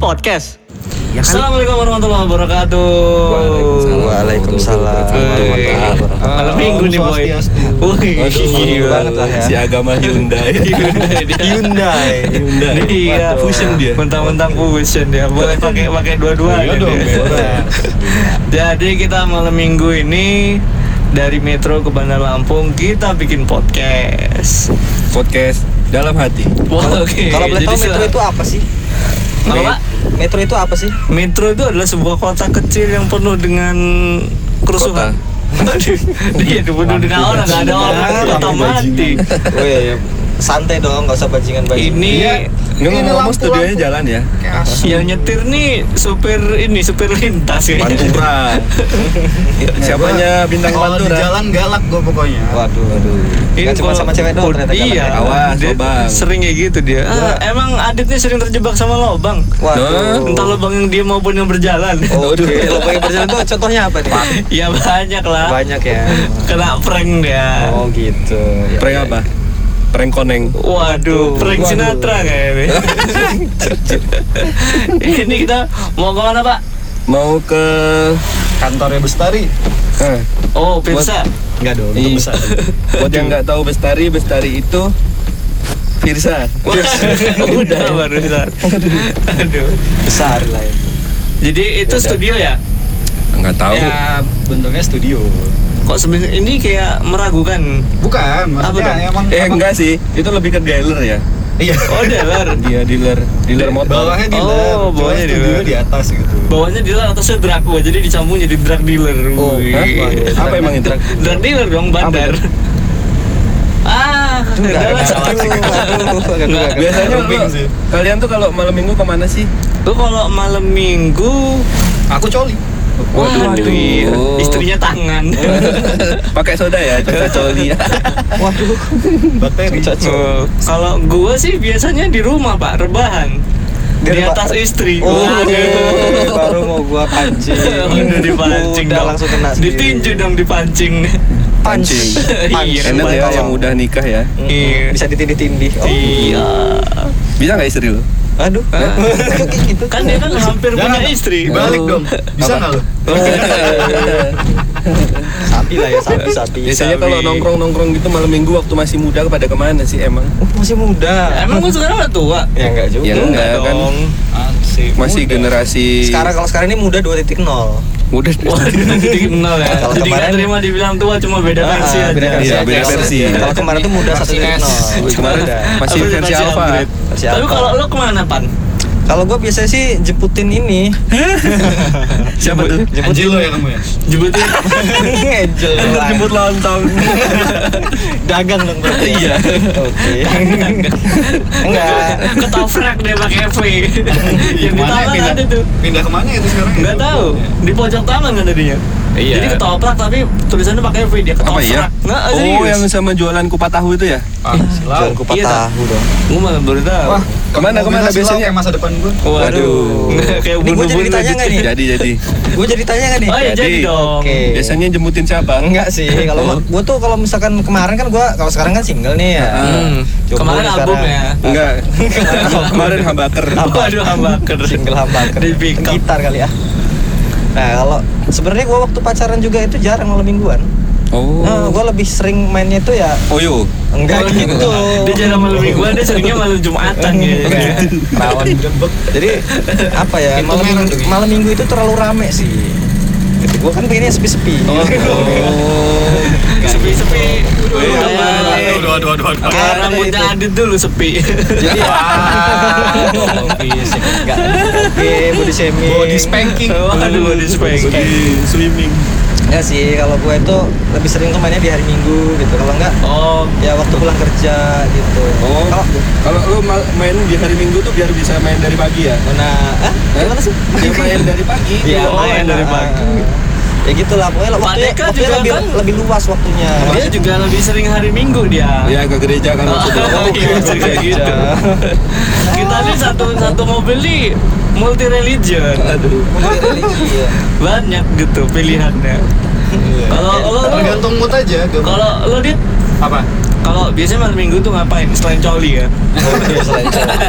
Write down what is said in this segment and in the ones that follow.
podcast. Ya kan? Assalamualaikum warahmatullahi wabarakatuh. Waalaikumsalam. Malam minggu nih boy. Wih, banget lah ya. Si agama Hyundai. Hyundai. Iya, Fusion dia. Mentang-mentang fusion dia. Boleh pakai dua-duanya. Jadi kita malam minggu ini dari Metro ke Bandar Lampung kita bikin podcast. Podcast dalam hati. Wah, oke. Kalau boleh tahu Metro itu apa sih? Apa, Pak? Metro itu apa sih? Metro itu adalah sebuah kota kecil yang penuh dengan kerusuhan. Iya, penuh dengan orang, nggak ada orang, kota mati. Oh iya, santai dong, nggak usah bajingan-bajingan. Ini Ngomong studionya jalan ya. yang nyetir nih supir lintas ya. Pantura. Siapanya bintang Kalau di Pantura? jalan galak gue pokoknya. Waduh. Nggak cuma sama cewek doang ternyata. Iya, Awas, dia lobang. sering kayak gitu dia. Emang adiknya sering terjebak sama lobang. Waduh. Entah lobang yang dia maupun yang berjalan. Oke, lomba yang berjalan tuh contohnya apa nih? Ya banyak lah. Banyak ya. Kena prank dia. Oh gitu. Ya, Prank ya, apa? Prank koneng. Waduh, prank Waduh. Sinatra kayaknya. Ini kita mau ke mana, Pak? Mau ke Kantornya Bestari. Oh, pizza. Enggak dong, Ih. itu besar. Buat yang nggak tahu Bestari itu Firsa. Udah barusan. Aduh. Besar lah ya. Jadi itu studio ya? Nggak tahu. Ya bentuknya studio. Kok sebenarnya ini kayak meragukan? Bukan, Apa dong? maksudnya emang Enggak sih, itu lebih ke dealer ya. Iya. Oh, dealer. Dia dealer motor. Bawahnya dealer, Oh, bawahnya cuma dealer. studio di atas gitu. Bawahnya dealer, atasnya drag, jadi dicampur jadi drug dealer. Oh, Wih. hah? Apa emang itu? Drug dealer dong, bandar. Udah salah. Biasanya Camping sih. kalian tuh kalau malam minggu kemana sih? Tuh kalau malam minggu, Aku coli. waduh, iya. Istrinya tangan. Pakai soda ya, coli. Waduh. Bakteri. Oh, kalau gua sih biasanya di rumah, Pak, rebahan. Di atas istri. Oh, Waduh. baru mau gua pancing. Udah dipancing Udah dong. langsung kena sendiri. Ditinju dong dipancing. Pancing. Iya, Enak ya pancing. yang udah nikah ya. Iya. Bisa ditindih-tindih. Oh. Iya. Bisa nggak istri lu? Aduh. Kok kayak gitu? Kan dia kan hampir punya istri. Dibalik dong. Bisa Apa? nggak lu? Sapi lah ya, sapi. Biasanya Sabi. kalau nongkrong gitu malam minggu waktu masih muda pada kemana sih emang? Masih muda. Emang gua sekarang udah tua? Ya enggak juga. Ya enggak kan. dong. Masih generasi Kalau sekarang ini muda 2.0. muda. Waduh, dikenal ya. Kalau Jadi nggak kemarin- terima dibilang tua, cuma beda versi aja. beda versi. Iya, aja. beda versi. Kalau kemarin tuh muda 1.0. Kemarin masih Apa versi alpha. upgrade? Versi Tapi alpha. kalau lo kemana, Pan? Kalau gue biasanya sih jemputin ini. Siapa tuh? Anjir lo ya kamu ya? Jemputin. Ngejel. Jemput lontong. Dagang dong berarti. Iya. Oke. Enggak. Ketoprak dia pakai V. Yang di Mana tangan pindah? ada tuh. Pindah kemana itu sekarang? Nggak tahu. Di pojok tangan kan tadinya. Iya. Jadi ketoprak tapi tulisannya pakai V, dia ketoprak. Apa ya? Nggak, Oh, serius. yang sama jualan kupat tahu itu ya? Jualan kupat Iya, tahu dong. Gua malah baru tahu. Wah, Kemana biasanya? Kayak masa depan gue. Waduh. Kayak Ini gua jadi bunuh-bunuh ditanya nggak nih? Jadi. Gue jadi tanya nggak nih? Oh iya, jadi dong. Oke. Biasanya jemputin siapa? Enggak sih, kalau Oh. gue tuh kalau misalkan kemarin kan kalau sekarang kan single nih ya. Jomblo Kemarin nih album sekarang. ya. Enggak. Kemarin hambaker. Waduh, hambaker. Single hambaker. Di pick up. Gitar kali ya. Nah kalau sebenarnya gue waktu pacaran juga itu jarang malam mingguan. Oh. Nah, gue lebih sering mainnya itu ya Oyo. enggak gitu. Dia jarang malam mingguan, dia seringnya malam Jumatan gitu. Rawan gembek. Jadi apa ya Pintu malam merah minggu, tuh. malam minggu itu terlalu rame sih. Gitu. Gue kan pengennya sepi-sepi. Oh. Sepi-sepi. Aduh. Kayak rambutnya Adit dulu sepi. Jadi fisik enggak. Oke, body shaming. Body spanking. Waduh, body spanking. Swimming. Enggak sih, kalau gue itu lebih sering tuh mainnya di hari Minggu gitu. Kalau enggak Oh, ya waktu pulang kerja gitu. Oh. Kalau Kalau lu main di hari Minggu tuh biar bisa main dari pagi ya? mana gimana sih? Dia main dari pagi. Iya, Oh, main dari pagi. Ya gitulah, pokoknya Pak waktunya, Deka waktunya juga lebih, kan- lebih luas waktunya. dia juga lebih sering hari Minggu dia. Iya, ke gereja kan maksudnya. Iya, sering kayak gitu. Kita nih satu mobil nih multi religion. Aduh. Iya. Banyak gitu pilihannya. Kalau lo Tergantung mood aja. kalau lo dit Apa? kalau biasanya malam Minggu tuh ngapain selain coli ya? Iya, selain cowok.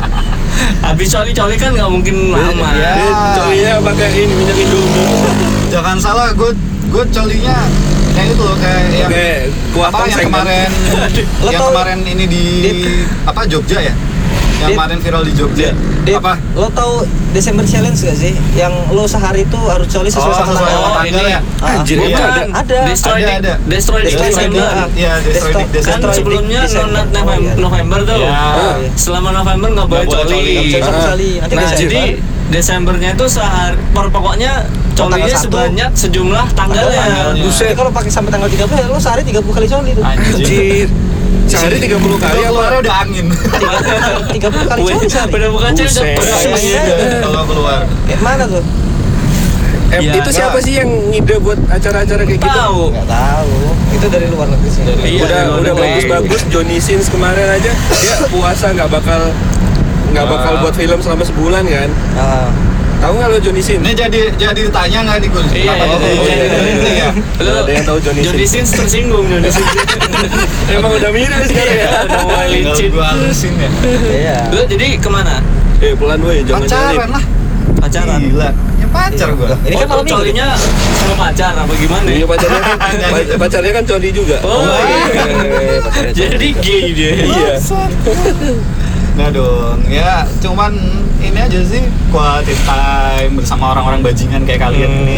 Habis coli-coli kan nggak mungkin lama. Iya. Colinya pakai ini minyak Indomie. Jangan salah, gue colinya kayak itu loh, kayak yang Pakai kuah apa yang tongseng. kemarin Lo yang tau- kemarin ini di apa Jogja ya? Yang Dit. kemarin viral di Jogja. Dit, Apa? lo tau Desember Challenge gak sih? Yang lo sehari itu harus coli sesuai sama sesuai sama tanggal. tanggal ya? Anjir, Ah, itu Bukan. ada. Ada. Destroy Ada, di ada. Destroy di Destroy Desember. di- Iya, Destroy Destroy- Dick Desember. Kan Destroy sebelumnya Dick Desember. November, Oh, iya. November tuh. Iya. Selama November nggak boleh Nggak boleh coli. coli. Nggak bisa sama sekali. Nanti Nah, Desember. jadi Desembernya itu pokoknya tanggal colinya 1. sebanyak sejumlah tanggalnya. Tanggalnya. Jadi kalau pakai sampai tanggal 30 lo sehari 30 kali coli tuh. Anjir. Sehari 30 kali apa? Keluarnya udah angin. 30 kali coli sehari. Udah bukan cewek, Buset. udah pusing. Kalau keluar. Kayak mana tuh? Ya, Itu siapa sih yang ngide buat acara-acara kayak gitu? Tahu. Nggak tahu. Itu dari luar negeri sih. Iya, udah dari luar bagus-bagus. Johnny Sins kemarin aja dia puasa nggak bakal buat film selama sebulan kan? Ah. Tahu nggak lo Johnny Sins? Ini jadi ditanya nggak nih Gus? Iya, Kenapa iya, jadi iya, ini ya? Lu Ada yang tahu Johnny Johnny Sins? Sins tersinggung Johnny Sins. Emang udah mirip sekarang ya? Udah mulai Tinggal licin. gua halusin ya. Iya. Lu jadi kemana? Pelan woy, jangan Pacaran nyalip. lah. Pacaran. Gila. Ya pacar gua. Ini kan malam minggu. colinya sama pacar apa gimana? Iya pacarnya kan coli juga. Oh, iya. Pacarnya coli Jadi juga. gay dia. Iya. Nggak dong, ya cuman ini aja sih quality time bersama orang-orang bajingan kayak kalian ini.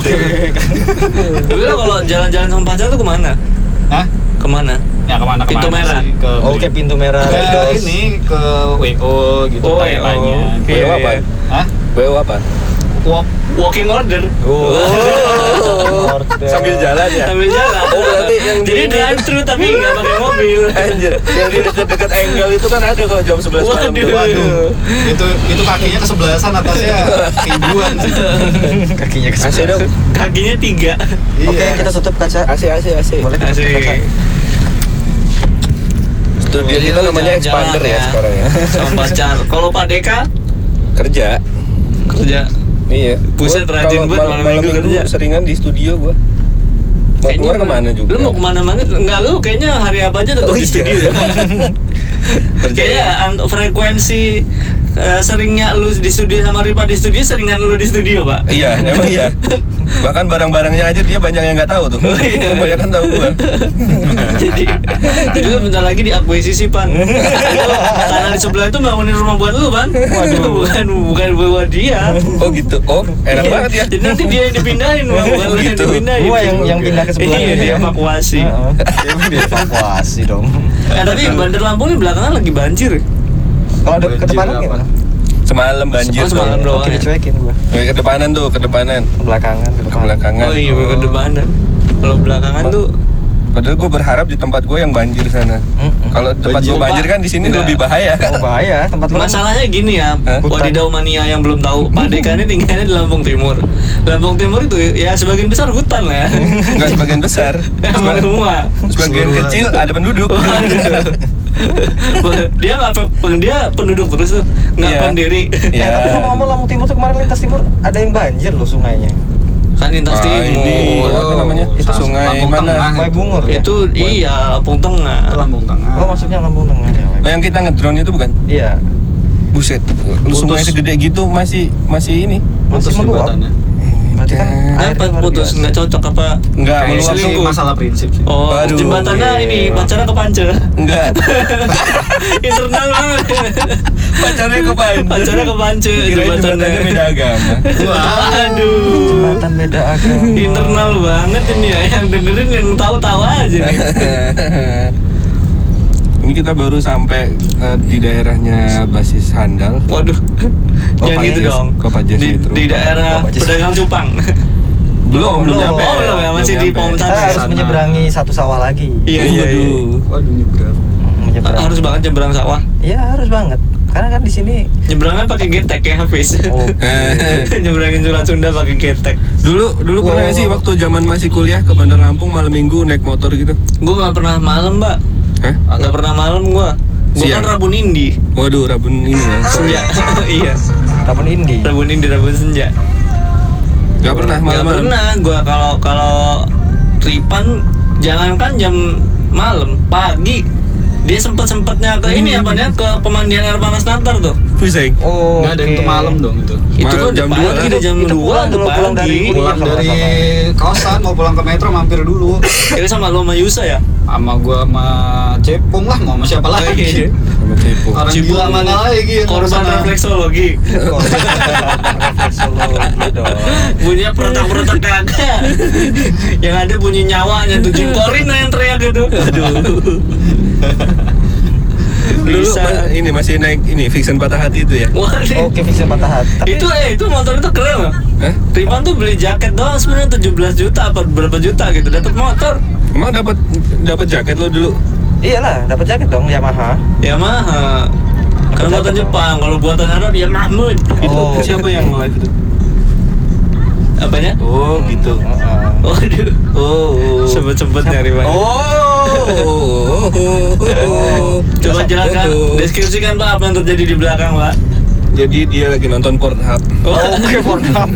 Lu kalau jalan-jalan sama pacar tuh kemana? Hah? Kemana? Ya kemana-kemana Pintu merah. sih, ke Oke, pintu merah. ke Dos. ini ke WO gitu Oh, tanya-tanya. WO. BO apa? Hah? BO apa? Walk. Walking order. Oh. Sambil jalan ya? Sambil jalan. Oh, berarti yang jadi di- drive thru tapi nggak pakai mobil. Anjir, yang di dekat-dekat angle itu kan ada kalau jam 11 malam tuh. Waduh. Itu kakinya kesebelasan atasnya keibuan sih. Kakinya ke AC dong. Kakinya 3. Oke, kita tutup kaca. AC. Boleh kita tutup kaca. Asik. Studio kita namanya Jalan-jalan Expander ya sekarang ya. Sama pacar. Kalau Pak Deka Kerja. Iya. Buset, Gua rajin kalau banget malam minggu kerja. seringan di studio gua. Mau keluar kemana juga? Lu mau kemana-mana? Enggak, lu kayaknya hari apa aja tetap Oh, di iya. studio ya. Kayaknya frekuensi seringnya lu di studio sama Ripa di studio seringan lu di studio, Pak. Iya, emang iya. Bahkan barang-barangnya aja dia banyak yang nggak tahu tuh. Banyak kan tahu gua. jadi lu bentar lagi diakuisisi, Pan. Tanah di sebelah itu bangunin rumah buat lu, Pan. Waduh, bukan buat dia. Oh gitu. Oh, enak banget ya. Jadi nanti dia yang dipindahin, Bang. Bukan lu yang Gitu. dipindahin. Gua yang pindah ke sebelah. Iya, dievakuasi. Dievakuasi dong. Tapi Bandar Lampung ini belakangan lagi banjir. Kalau ada Banjir kedepanan apa? gimana? Semalam banjir. Oh, semalam tuh. doang. Oke, dicuekin gua. Kedepanan tuh, kedepanan. Belakangan, Ke belakangan. Oh iya, ke depanan. Kalau belakangan tuh Padahal gue berharap di tempat gue yang banjir sana. Kalau tempat gue Banjir, banjir Pak. kan di sini Enggak. lebih bahaya. Oh bahaya, tempat lu. masalahnya gini ya, Hah? Wadidaw mania yang belum tahu, Pak Deka ini tinggalnya di Lampung Timur. Lampung Timur itu ya sebagian besar hutan lah ya. Enggak sebagian besar. Emang semua. Sebagian kecil ada penduduk. dia penduduk terus tuh, nggak Iya. pendiri. Iya. Tapi ngomong-ngomong Lampung Timur tuh kemarin lintas timur ada yang banjir loh sungainya. Kan lintas Ah, ini timur. apa namanya? Itu Sungai Lampung mana? Tengah. Sungai Bungur ya? Itu iya Lampung Tengah. Lampung Tengah. Oh maksudnya Lampung Tengah ya. Oh, yang kita ngedrone itu bukan? Iya. Buset. Sungai segede gitu masih ini. Masih Putus meluap. jembatannya. Berarti kan airnya Apa luar putus biasa. nggak cocok apa? Enggak Kayaknya meluap sih tuh. masalah prinsip sih. Oh, Waduh. jembatannya ini pacarnya ke Pance. Enggak. Internal banget. Pacarnya ke Pance. Pacarnya ke Pance. Kirain jembatannya beda agama. Aduh. Jembatan beda agama. Internal banget ini ya, yang dengerin yang tahu-tahu aja nih. Ini kita baru sampai di daerahnya Basis Handal. Waduh, jangan gitu Jas- dong. Kopajas Di, Metro. di daerah Kopajas. pedagang cupang. Belum nyampe. Oh, belum ya, masih di nyampe. pom Kita sampai harus sana. menyeberangi satu sawah lagi. Iya, iya, iya. Waduh nyebrang. Menyeberang. Harus banget nyebrang sawah. Iya harus banget. Karena kan di sini. Nyebrangnya pakai getek ya, Hafiz. Oh. Nyebrangin Selat Sunda pakai getek. Dulu pernah nggak sih waktu zaman masih kuliah ke Bandar Lampung malam minggu naik motor gitu? Gue nggak pernah malam, Mbak. Hah? Nggak pernah malam gue. Gue kan Siang. Rabu Nindi. Waduh, Rabun ini ya. Senja. Iya. Rabun Indi. Rabu Nindi, Rabu Senja. Gak pernah Nggak malam-malam. pernah. Gue kalau tripan jangankan jam malam, pagi dia sempetnya ke ini apa ya, ke pemandian air panas Nantar tuh. pusing. Oh, Nggak ada yang tuh malam dong itu. Itu kan Jam jam 2 2 lagi udah jam Itu 2 pulang udah kalau pulang dari pagi. kuliah. Pulang dari kosan mau pulang ke metro mampir dulu. Itu sama lo sama Yusa ya? Sama gua sama Cepung lah, mau sama siapa Oh, iya. lagi? Sama Cepo. Orang Cipung. gila mana lagi yang Korban sana. refleksologi. Refleksologi dong. Bunyinya perotak-perotak kagak. Yang ada bunyi nyawanya tuh Jim Corin yang teriak gitu. Aduh. Dulu Bisa. ini masih naik ini Vixen patah hati itu ya. Waduh. Oke, fix patah hati. Tapi Itu motor itu keren loh. Hah? Ripan tuh beli jaket doang sebenarnya 17 juta apa berapa juta gitu dapat motor. Emang dapat jaket lo dulu? iyalah, dapat jaket dong Yamaha. Yamaha. Kan buatan Jepang, kalau buatan Arab ya Mahmud. Oh. Siapa yang live itu? Apanya? Oh, gitu. Waduh. Oh. Sempet-sempet nyari Pak. Oh. Coba jelaskan, deskripsikan Pak apa yang terjadi di belakang Pak. Jadi dia lagi nonton Pornhub. Oh, Oke, Pornhub.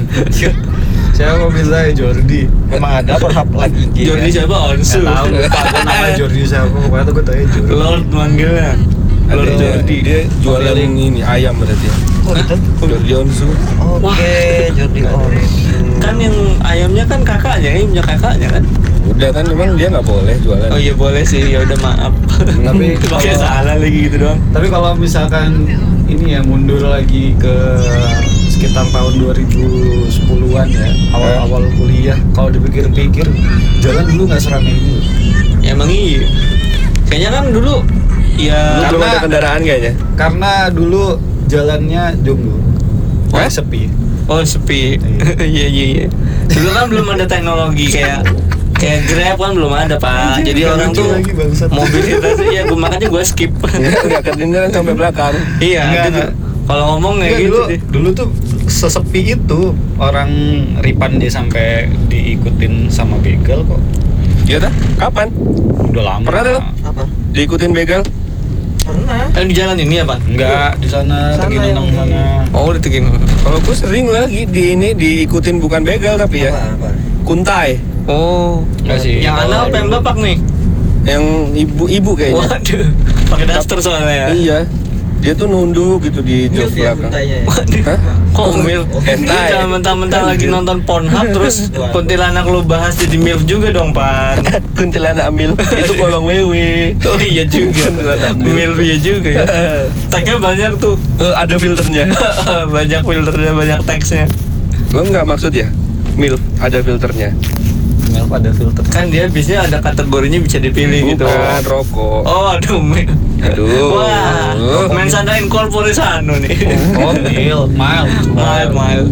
Siapa bisa ya Jordi? Memang ada Pornhub lagi. Jordi siapa? Onsu. Nggak tahu lupa gua nama Jordi siapa. Pokoknya tuh gue tahu Jordi. Lord manggilnya. Lord Ada Jordi. dia jualan ini ayam berarti ya. Oh, gitu. Jordi Onsu. Oke, Jordi Kan yang ayamnya kan kakaknya, ini punya kakaknya kan? Udah kan memang dia nggak boleh jualan. Oh iya boleh sih, ya udah maaf. Tapi Pakai kalau- salah lagi gitu doang. Tapi kalau misalkan ini ya mundur lagi ke sekitar tahun 2010-an ya, awal-awal kuliah, kalau dipikir-pikir jalan dulu nggak seramai ini. Ya, emang iya. Kayaknya kan dulu ya Lu belum Karena- ada kendaraan kayaknya. Karena dulu jalannya jomblo. Hah? Sepi. oh sepi. Iya iya iya. Dulu kan belum ada teknologi kayak Grab kan belum ada Pak. Jadi Nggak orang lucu tuh lagi, bangsat. mobilitas ya makanya gue skip. Nggak kedengeran sampai belakang. Iya Nggak, gitu. nggak. Kalau ngomong ya Enggak, gitu dulu, deh. dulu tuh sesepi itu orang Ripan dia sampai diikutin sama begal kok. Iya dah? Kapan? Udah lama. Pernah tuh? Apa? Diikutin begal? Pernah. Di jalan ini apa? Enggak, di sana Sana Teginenong yang- sana. Oh udah tegin. Kalau gue sering lagi diikutin bukan begal tapi ya Apa? kuntai. Oh. Enggak sih. Yang anak apa yang bapak nih? Yang ibu-ibu kayaknya. Waduh. Pakai daster soalnya ya. Iya. Dia tuh nunduk gitu di jok Milf ya belakang. kuntainya ya? Waduh. Hah? Kok milf? Hentai. Jangan mentang-mentang lagi nonton Pornhub terus kuntilanak lu bahas jadi milf juga dong, Pan. Kuntilanak ambil itu kolong wewe. Oh iya juga. Milf ya juga ya. Tagnya banyak tuh. Ada filternya. Banyak filternya, banyak teksnya. Lo nggak maksud ya? Milf ada filternya. Milf ada filter. Kan dia biasanya ada kategorinya bisa dipilih gitu. Bukan rokok. Oh, aduh. Aduh. Wah, mensana incorpore sano nih. Oh, milf, Mild.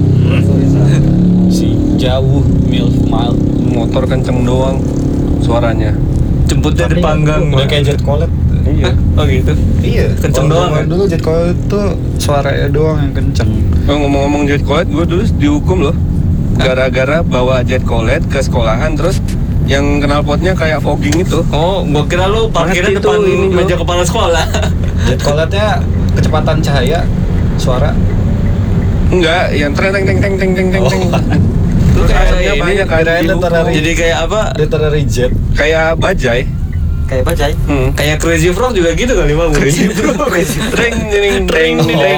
Si jauh milf mild. Motor kenceng doang suaranya. Jemputnya di panggang. Udah kayak jet collet. Iya. Oh gitu. Iya, Kenceng kalau doang zaman kan? dulu jet collet tuh suaranya doang yang kenceng. Oh, ngomong-ngomong jet collet, gue dulu dihukum loh. Gara-gara bawa jet collet ke sekolahan terus yang knalpotnya kayak fogging itu. Oh, gua kira lu parkirnya Ngerti depan tuh ini, meja bro. kepala sekolah. Jet colletnya kecepatan cahaya, suara. Enggak, yang teng teng teng teng teng teng teng. Terus Kayak asapnya ini, banyak kan kirain dihukum. literary. Jadi kayak apa? Literary jet. Kayak bajai. Kayak bajai. Kayak Crazy Frog juga gitu kali, Bang. Crazy Frog. Treng treng treng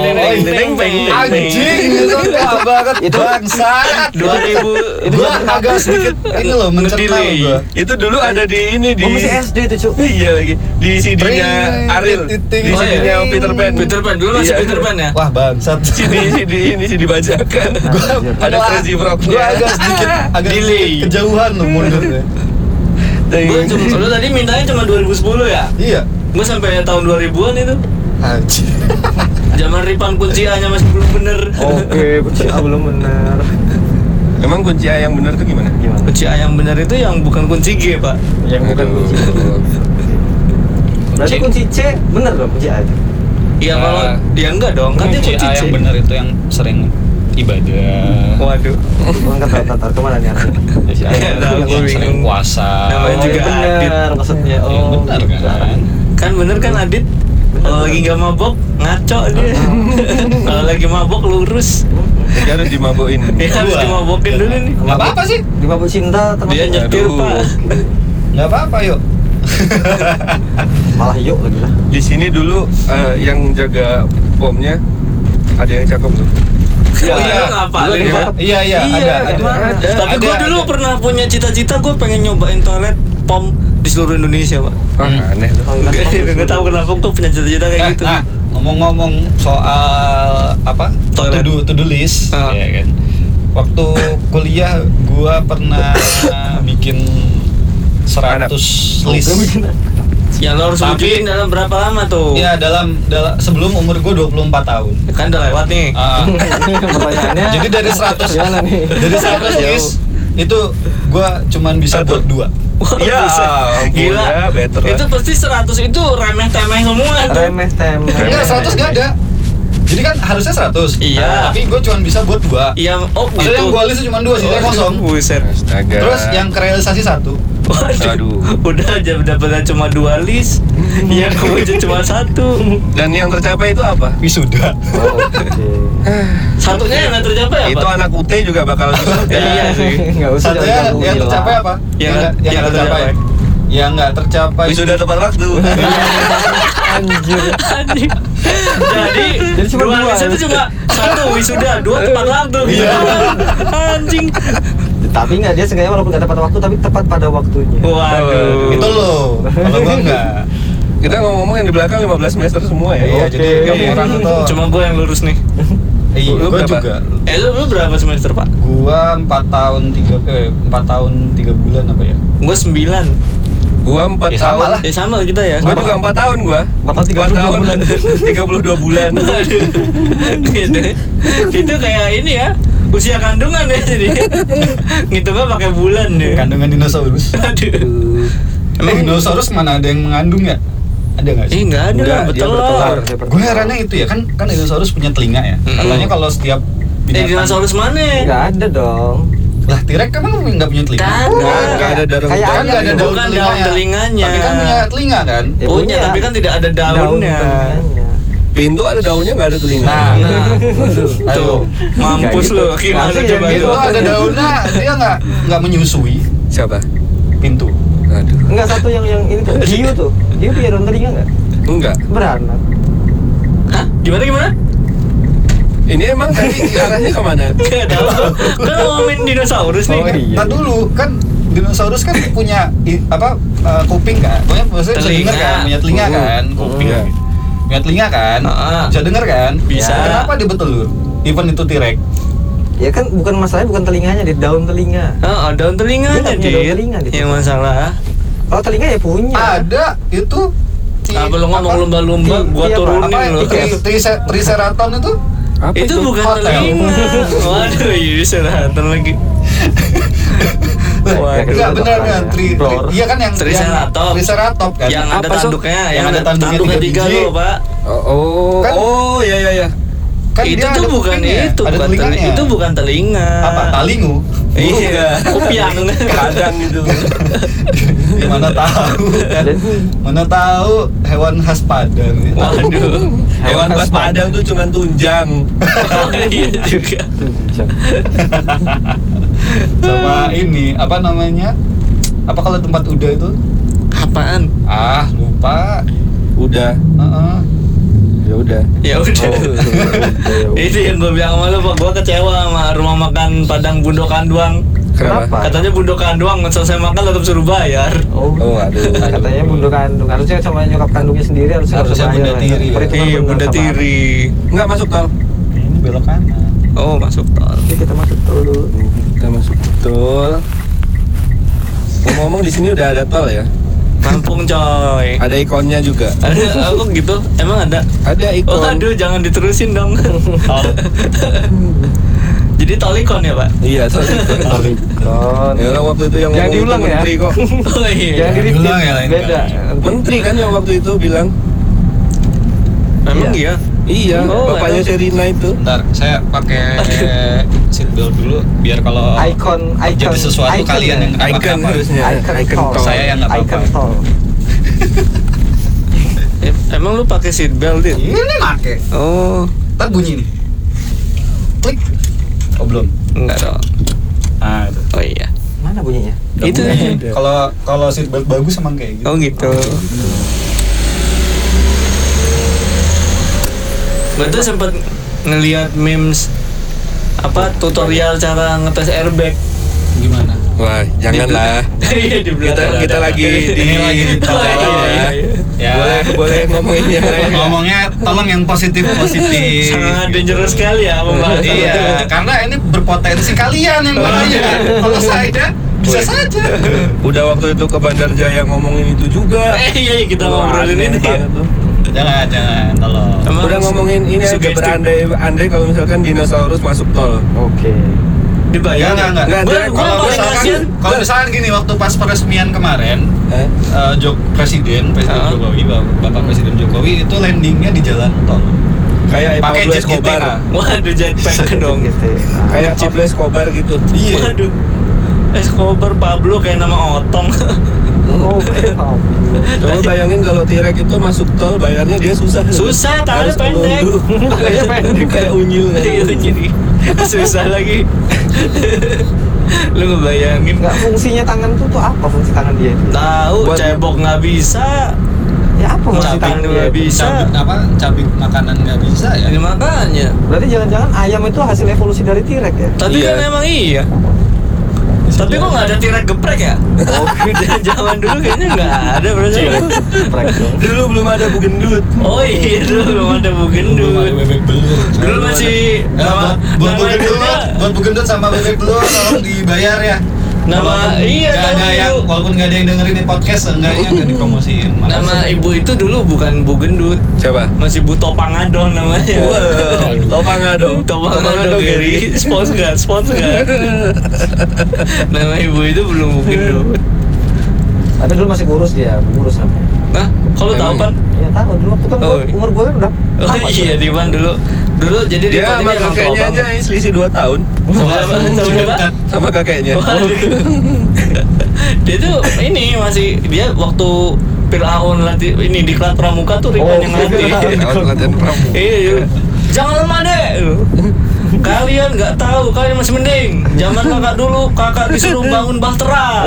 Anjing, itu wah banget. Itu- bangsat. 2000 Gua agak sedikit ini loh mencerna Ngedelay. gua. Itu dulu ada di ini di Gua masih SD itu, Cuk. Iya lagi di CD-nya Ariel, di Ting, CD-nya ting. Peter Pan. Peter Pan dulu masih Iya. Peter Pan ya? Wah bangsat. CD ini CD bajakan. Ada Crazy Frog-nya. Gua agak sedikit Delay. kejauhan loh mundurnya. Gua cuma lu tadi mintanya cuma 2010 ya? Iya. Gua sampai tahun 2000-an itu. Anjing. Zaman Ripan kunci A-nya masih belum bener. Oke, kunci A belum benar. Emang kunci A yang benar tuh gimana? Gimana? Kunci A yang benar itu yang bukan kunci G, Pak. Yang bukan kunci. Berarti C. kunci C benar dong kunci A itu. Iya kalau ya enggak dong, kan dia Kunci kunci A C. yang benar itu yang sering ibadah. Waduh. Entar kemana nih arahnya? Ya, tahu, gua Yang sering bingung. puasa. Namanya Oh, juga iya benar Adit. maksudnya. Yang Oh, benar gitu. kan? Kan bener kan Adit? Kalau lagi nggak mabok ngaco dia. Kalau lagi mabok lurus. Jadi harus dimabokin. Dia harus dimabokin dulu nih. Enggak apa-apa sih. Di mabuk cinta termasuk. Dia nyetir, Aduh. Pak. Enggak apa-apa yuk. Malah yuk lagi lah. Di sini dulu yang jaga pomnya Ada yang cakep tuh. Oh iya, ngapalin ya? Iya, ada. Tapi gue dulu pernah punya cita-cita gue pengen nyobain toilet pom di seluruh Indonesia, Pak. Aneh tuh. Gak tau kenapa gue punya cita-cita kayak gitu. Nah, ngomong-ngomong soal apa? Toilet. To-do list, ya kan. Waktu kuliah gua pernah bikin 100 list. Yang lo harus Tapi- wujudin dalam berapa lama tuh? Ya dalam sebelum umur gua 24 tahun. Kan udah lewat nih. Pertanyaannya Jadi dari 100 gimana nih? dari 100 list itu gua cuman bisa buat 2. Wah, Ya, bisa. ampun, Gila. ya, better lah. Itu pasti 100 itu remeh-temeh semua tuh. Remeh temeh. Enggak, 100 gak ada. Jadi kan harusnya 100. Iya. Tapi gua cuman bisa buat 2. Iya, oh Maksudnya gitu. yang gua list cuma 2, sisanya kosong. Buset. Astaga. Terus yang kerealisasi 1. Waduh. Aduh. Udah aja dapatnya cuma 2 list. Yang kewujud cuma 1. Dan yang tercapai itu apa? Wisuda. Satunya yang nggak tercapai apa? Itu anak UT juga bakal bisa. Iya sih. Enggak usah Satunya yang tercapai apa? Yang nggak nggak tercapai. Yang nggak tercapai. Wisuda tepat waktu. Anjir. Anjing. Jadi cuma dua dua. list itu cuma 1 wisuda, 2 tepat waktu. Iya. Anjing. Tapi enggak, dia sengaja walaupun enggak tepat waktu tapi tepat pada waktunya. Waduh. Itu loh. Kalau gua enggak. Kita ngomong yang di belakang 15 semester semua ya. Iya, Oke. jadi kamu orang itu. Cuma gue yang lurus nih. Iya, Lu gua berapa? juga. Lu berapa semester, Pak? Gua 4 tahun 3 bulan apa ya? Gue 9. Gua 4 Ya, sama tahun. lah. Ya sama kita ya. Gua juga 4 tahun gua. 4 tahun 32 bulan. Gitu. Itu kayak ini ya. Usia kandungan ya jadi. Ngitungnya pakai bulan deh. Kandungan dinosaurus. Aduh. Emang dinosaurus mana ada yang mengandung ya? Ada nggak sih? Enggak ada, Enggak, dia bertelur. Gue herannya itu ya, kan dinosaurus punya telinga ya. Katanya kalau setiap Dinosaurus mana? Enggak ada dong. Lah T-Rex kan emang nggak punya telinga. Enggak ada darah. Kayak Kan nggak ada daun Bukan daun telinganya. Tapi kan punya telinga kan? Ya, Punya, tapi kan tidak ada daunnya. telinganya. Pintu ada daunnya enggak ada telinga. Nah, Tuh, mampus gitu. lu. Gimana Masih coba yang itu itu? ada daunnya, dia nggak menyusui Siapa? pintu. Aduh. Enggak, satu yang ini tuh, hiu tuh. Hiu punya daun telinga enggak? Enggak. Beranak. Hah? Gimana? Ini emang tadi arahnya kemana? Gak tahu. Kan ngomongin dinosaurus nih. Oh, iya. Nah dulu kan dinosaurus kan punya kuping kan, maksudnya bisa Telinga. dengar kan, punya telinga kan, kuping. Iya. Punya telinga kan, bisa dengar kan? Bisa. Kenapa dia bertelur? Even itu T-Rex. Ya kan bukan masalahnya bukan telinganya, di daun telinga. Oh, daun telinganya, Dia nggak punya daun Dit. telinga, Dit. Yang masalah. Kalau telinga ya punya. Ada itu. Apa lu ngomong lumba-lumba, Ti- gua ti- apa? turunin Apa lu. Triceratops itu? Apa Itu bukan Hotel. telinga. Waduh, iya selatan lagi. Waduh. Enggak benar kan? Flor. Iya kan yang Triceratops. Triceratops kan. Yang ada Apa, Sob? tanduknya, Yang ada tanduknya 3 3 lo, Pak. Oh, Kan- oh, ya. Kan Itu dia tuh ada bukan kupingnya, itu, ada bukan telinganya. itu bukan telinga. Apa? Talingu? Iya, kupiang. Kadang gitu. Mana tahu kan? Mana tahu hewan khas Padang. Waduh. Hewan pas Padang tuh cuman tunjang. Iya juga. Sama ini apa namanya? Apa kalau tempat udah itu? Apaan? Ah, lupa. Udah, Heeh. ya udah. Ya udah. Itu yang gue bilang sama lu, Pak. Gue kecewa sama rumah makan Padang Bundo Kanduang. Kenapa? Katanya Bundo Kanduang selesai makan tetap suruh bayar. Oh, Oh, aduh. katanya bunda kandung. Harusnya sama nyokap kandungnya sendiri harusnya Harusnya nggak usah bunda bayar, tiri, ya. Perhitungan Iya, benar Bunda sama Tiri. Enggak masuk tol. Ini belok kanan. Oh, masuk tol. anak. Oke, kita masuk tol dulu. Kita masuk tol. Ngomong-ngomong di sini udah ada tol ya. Kampung coy. Ada ikonnya juga. Ada aku gitu. Emang ada? Ada ikon. Oh, aduh, jangan diterusin dong. Jadi tolikon ya, Pak? Iya, tol. Ikon. Ya lah, waktu itu yang Jangan ngomong diulang itu ya. menteri kok. Oh iya. Jangan di Diulang ya lain beda. Menteri kan yang waktu itu bilang. Memang iya. Iya, Oh, bapaknya ada. Sherina itu. Bentar, saya pakai seatbelt dulu biar kalau Icon, jadi sesuatu icon kalian ya. yang nggak Icon apa-apa. harusnya. Icon Icon tol. tol. Saya yang nggak apa-apa. Icon tol. Emang lu pakai seat belt, Dit? Ini make. Oh, Ntar bunyi nih. Klik. Oh belum. enggak dong. Ah, itu. Oh iya. Mana bunyinya? Itu bunyi. Kalau seatbelt bagus emang kayak gitu. Oh gitu. Gue tuh sempet ngelihat memes tutorial cara ngetes airbag. Gimana? Wah, janganlah. Iya, di Kita lagi di Ya. Boleh ngomongin yang lain. Ngomongnya tolong yang positif. sangat dangerous sekali ya pembahasan. Iya, karena ini berpotensi kalian yang bahaya. Kalau saya bisa saja. Udah waktu itu ke Bandar Jaya ngomongin itu juga. Iya, kita ngobrolin Aneh ini. banget tuh. Jangan, tolong. Emang Udah ngomongin ini aja sugestif. berandai-andai kalau misalkan dinosaurus masuk tol. Oke. dibayar. Enggak. Nggak, Kalau paling kasihan. misalkan gini, waktu pas peresmian kemarin, Eh? Presiden Ah. Jokowi, Bapak Presiden Jokowi itu landingnya di jalan tol. Kayak Pakai Pablo jet Escobar. GTA. Waduh, jetpack dong. Gitu. Kayak Pablo Escobar gitu. Iya. Waduh. Escobar Pablo kayak nama otong. Oh, Coba bayangin kalau T-Rex itu masuk tol, bayarnya dia susah. Susah, tangannya Harus pendek. menunduk. Tangannya pendek. Kayak unyil. Iya, jadi susah lagi. Lu ngebayangin Nggak, fungsinya tangan tuh apa fungsi tangan dia itu? tahu Buat- cebok nggak bisa, Ya apa fungsi caping tangan dia? nggak itu? bisa. Cabik makanan nggak bisa ya? Ini makanya. Berarti jangan-jangan ayam itu hasil evolusi dari T-Rex ya? Tapi Iya. kan emang iya. Tapi kok nggak ada T-Rex geprek ya? Oh, Zaman dulu kayaknya nggak ada berarti. Geprek dong. Dulu belum ada bugendut. Oh iya, dulu belum ada bugendut. Bebek belur. Dulu masih nama Buat bugendut sama bebek belur tolong dibayar ya. Nama iya Nggak ada nama yang, ibu. walaupun nggak ada yang dengerin di podcast, enggaknya nggak dipromosiin. Nama ibu itu dulu bukan Bu Gendut, Siapa? masih Bu Topangadon namanya. Wow, Topangado. Topangado Gary, sponsor. Nama ibu itu belum Bu Gendut. Tapi dulu masih kurus dia, kurus namanya. Nah, kalau tahu Emang pan? Ya tahu dulu waktu kan Oh, umur gue kan udah. Oh lama iya, tuh. Diman dulu jadi Dia Diman sama ini emang tua kakeknya aja banget. selisih 2 tahun. Sama siapa? Sama kakeknya. Waduh. Dia tuh ini masih dia waktu Fir'aun latih ini di kelas pramuka tuh Ripan yang latih. Kalau latihan pramuka. Iya. Jangan lemah deh. Kalian nggak tahu, kalian masih mending. Zaman kakak dulu, kakak disuruh bangun bahtera.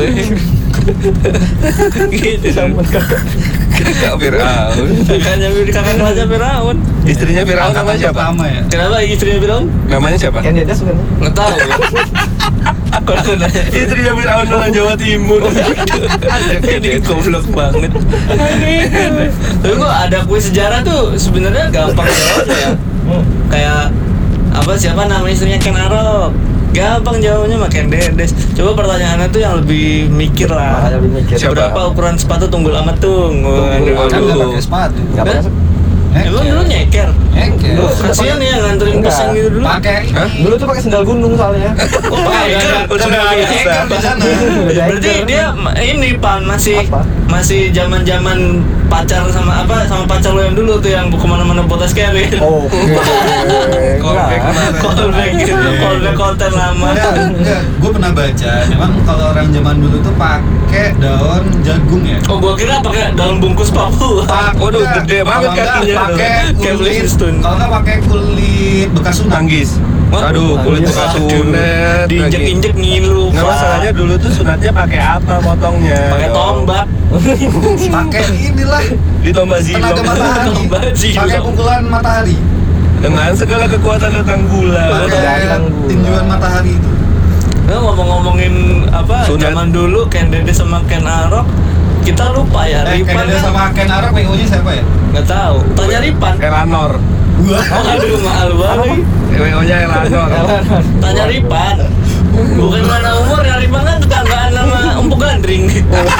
Gitu. Kakak Fir'aun. Kakaknya kelasnya Fir'aun. Istrinya Fir'aun namanya siapa? Pertama ya. Kenapa istrinya Fir'aun? Namanya siapa? Kan dia ada sebenarnya. Nggak tahu. Kalau aku nanya, Istrinya Fir'aun orang Jawa Timur. ini goblok banget. Tapi kok ada kuis sejarah tuh sebenarnya gampang jawabnya ya. Kayak apa siapa nama istrinya Ken Arok. Gampang jawabnya makin Dedes. Coba pertanyaannya tuh yang lebih mikir lah. Makanya lebih mikir. Siapa? Berapa ukuran sepatu Tunggul Amatung? Tunggul Kan nggak Aduh. pakai sepatu. Nggak Hah? pakai- Emang dulu nyeker? Nyeker. Loh, kasihan ya nganterin Enggak. pesan gitu dulu. Pakai. Hah? Dulu tuh pakai sendal gunung soalnya. Oh, nyeker. Udah ada biasa. nyeker di sana. Berarti dia ini pan masih Apa? masih zaman-zaman pacar sama pacar lo yang dulu tuh yang kemana-mana botas carry. Oh. Callback kemana? Callback konten lama. Enggak, gue pernah baca. Memang kalau orang zaman dulu tuh pakai daun jagung ya. Oh, gua kira pakai daun bungkus papu. Waduh, gede banget kakinya. Pakai Kayak kulit. Flintstone. Kalau nggak pakai kulit bekas sunat. Tanggis. Wah, Aduh, kulit Tanggis. bekas Aduh, sunat. diinjek-injek ngilu. Nggak Pak. masalahnya dulu tuh sunatnya pakai apa potongnya? Pakai tombak. Pakai inilah Di tombak tenaga zilong. matahari. Tombak zilong. Pakai pukulan matahari. Dengan segala kekuatan datang bulan. Pakai Datang bulan. tinjuan matahari itu. Nah, ngomong-ngomongin apa Sunat. zaman dulu Ken Dede sama Ken Arok, kita lupa ya. Ripan Kayaknya kan sama Ken Arok PO-nya siapa ya? nggak tahu. Tanya Ripan. Elanor. Gua. Oh, aduh mahal banget. WO-nya Elanor. Tanya Ripan. Bukan mana umur ya, Ripan kan tetanggaan sama Empuk Gandring.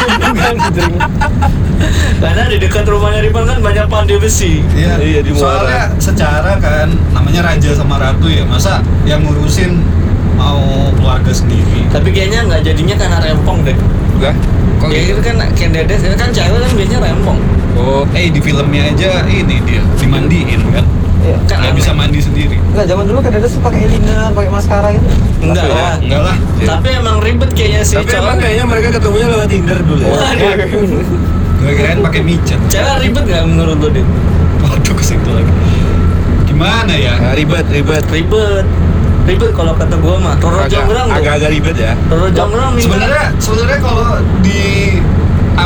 Karena di dekat rumahnya Ripan kan banyak pandai besi. Iya, di Muara. Soalnya secara kan namanya raja sama ratu ya, masa yang ngurusin mau keluarga sendiri. Tapi kayaknya nggak jadinya karena rempong deh. Enggak? Kok Kayak gitu? gitu kan Ken Dede kan cewek kan biasanya rempong. Oh, Di filmnya aja ini dia dimandiin kan, Iya. Kan nggak aneh. bisa mandi sendiri. Enggak, zaman dulu kan ada tuh pakai eyeliner, pakai maskara gitu. Enggak Tapi lah. Enggak lah. Tapi emang ribet kayaknya sih tapi emang kayaknya mereka ketemunya lewat Tinder dulu ya. Waduh. Gue kirain pakai micet. Cewek ribet nggak menurut lo, Dit? Waduh, ke situ lagi. Gimana ya? Nah, ribet. Ribet kalau kata gua mah. Roro Jonggrang tuh. Agak-agak ribet ya. Roro Jonggrang minta. Sebenarnya kalau di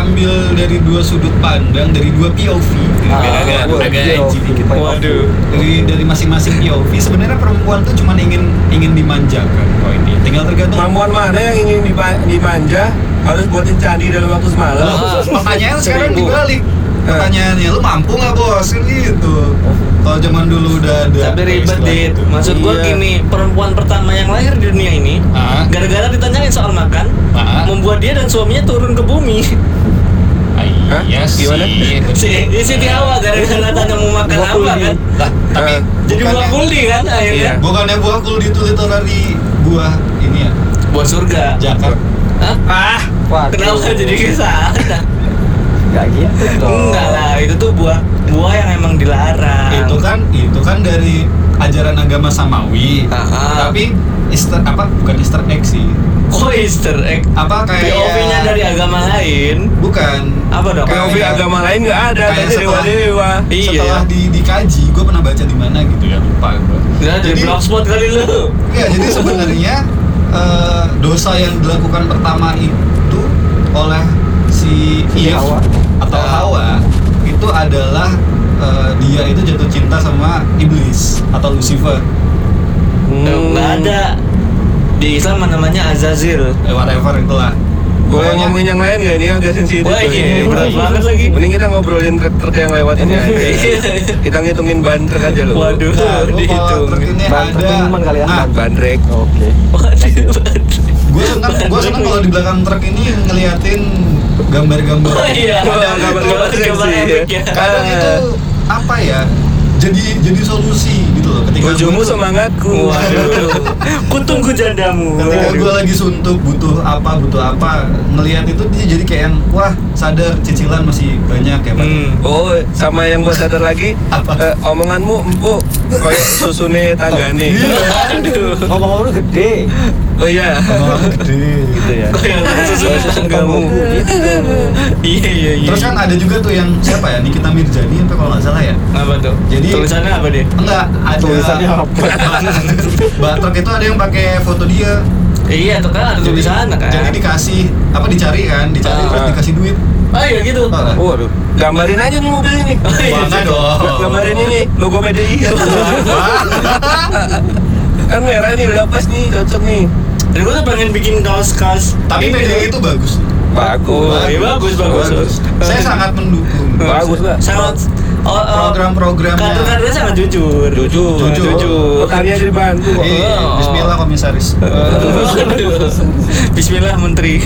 diambil dari dua sudut pandang, dari dua POV. Agak edgy dikit. Waduh. Dari masing-masing POV sebenarnya perempuan tuh cuma ingin dimanjakan poinnya. Tinggal tergantung Perempuan mana yang ingin dimanja harus buatin candi dalam waktu semalam. pertanyaan sekarang 1000. dibalik. Pertanyaannya, lu mampu nggak bos? Kan gitu. Kalau zaman dulu udah ada. Tapi ribet dit. Maksud gua Iya. gini, perempuan pertama yang lahir di dunia ini, Ah. gara-gara ditanyain soal makan, Ah. membuat dia dan suaminya turun ke bumi. Hah? Iya sih. Gimana? Di Hawa gara-gara tanya mau makan Buah apa kuldi. kan? Lah, tapi Jadi buah kuldi kan akhirnya. Iya. bukannya buah kuldi itu literally buah ini ya, Buah surga. jakar. Hah? Ah, Waduh. kenapa jadi kisah? Nggak gitu dong. Enggak lah, itu tuh buah yang emang dilarang. Itu kan dari ajaran agama Samawi. Ah. Tapi bukan Easter egg sih. Oh, Easter egg. Apa kayak POV-nya dari agama lain. Bukan. Apa dong? POV agama lain nggak ada, Kayak tapi dewa-dewa. Iya. Setelah dikaji, gue pernah baca di mana gitu ya, lupa gue. Nah, dari blogspot kali lu. Iya, jadi sebenarnya dosa yang dilakukan pertama itu oleh si Eve Hawa. atau Hawa itu adalah dia itu jatuh cinta sama iblis atau Lucifer, Nggak ada. Di Islam namanya Azazil. whatever itulah. Boleh ngomongin yang lain nggak? Ini agak sensitif. Wah, iya, berat banget lagi. Mending kita ngobrolin truk yang lewat ini aja. Kita ngitungin ban truk aja loh. Waduh, Nah, gua dihitung. kalau truk ini Ban truk ada. minuman kali ya? Nah, Ban trek. Oke. Waduh. gue seneng kalau di belakang truk ini ngeliatin gambar-gambar. Oh iya, Gambar-gambar gambar seksi, epic ya. Kadang itu apa ya? Jadi solusi gitu loh ketika Bojomu gua- semangatku. Waduh. Kutunggu jandamu. ketika gue lagi suntuk butuh apa ngelihat itu dia jadi kayak yang wah sadar cicilan masih banyak ya Pak. Oh, sama yang gua sadar lagi, Apa? omonganmu empuk kayak susune tanggane. Aduh. Ngomong-ngomong gede. Oh iya. Oh, gede. Gitu ya. Kayak susun kamu. Iya. Terus kan ada juga tuh yang siapa ya, Nikita Mirzani apa kalau nggak salah ya. Apa tuh? Jadi- Tulisannya apa deh? Enggak, ada Tulisannya apa? Batruk itu ada yang pakai foto dia. Iya, tuh kan ada tulisannya kan. Jadi dicari terus Ah. dikasih duit. Oh iya gitu. Ah. Waduh, gambarin aja nih mobil ini. Bangga dong. Gambarin ini logo PDI. Kan merah nih udah pas nih, cocok nih. Dan gue tuh pengen bikin kaos-kaos. Tapi PDI itu bagus. Bagus. Iya, bagus. Saya sangat mendukung. Bagus lah. Sangat Program-programnya. Kartu-kartunya sangat jujur. Jujur. Pekarnya dibantu kok. Iya, Bismillah komisaris. Waduh. Bismillah menteri.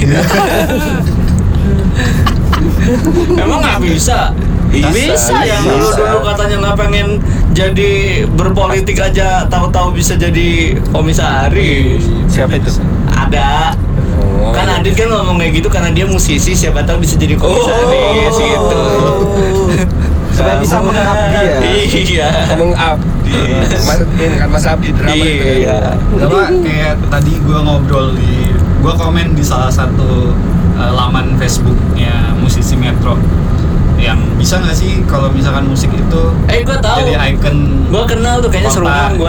Emang nggak bisa? Bisa yang dulu katanya nggak pengen jadi berpolitik aja, tahu-tahu bisa jadi komisaris. Siapa itu? Ada. Oh. Kan Adit kan ngomong kayak gitu karena dia musisi, siapa tahu bisa jadi komisaris gitu. Supaya bisa mengabdi ya. Iya. Mengabdi. Mas Abdi drama itu. Iya. Coba kayak tadi gue gue komen di salah satu laman Facebooknya musisi Metro, yang bisa nggak sih kalau misalkan musik itu Gue tahu. jadi icon. Gue kenal tuh kayaknya kota. seruman gue.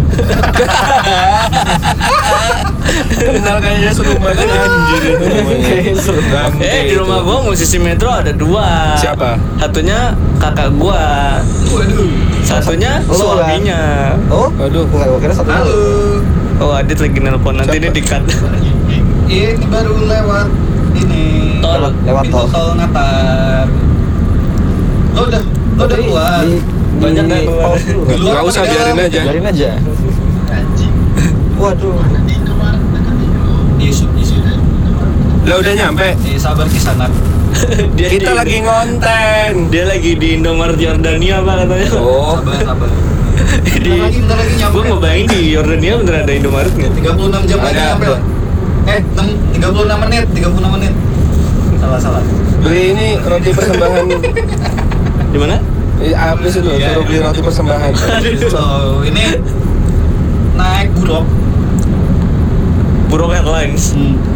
Kenal kayaknya seru banget anjir itu namanya. Di rumah gue musisi Metro ada 2. Siapa? Satunya kakak gue, Waduh. satunya Lu kan? suaminya. Oh, Waduh. enggak, gua kira satu. Halo. Oh, Adit lagi nelpon, nanti Siapa? dia di-cut. Ini baru lewat ini. Tol. Lewat Pintu tol. tol Ngatar. Lo udah keluar. Banyak dah keluar. pause dulu. Di luar Nggak usah, apa di dalam? biarin aja. Biarin aja. Waduh. Isu. Lah udah nyampe. Sabar kisanak. Kita lagi ngonten. Dia lagi di Indomaret Yordania apa katanya. Oh. Sabar. Di Bentar lagi nyampe. gue mau bayangin di Yordania beneran ada Indomaret nggak? 36 jam lagi Ada. nyampe lah. 36 menit. Salah. Beli ini roti persembahan. Di mana? Habis itu Iya. suruh beli roti persembahan. So, ini naik buruk. Buruk Airlines.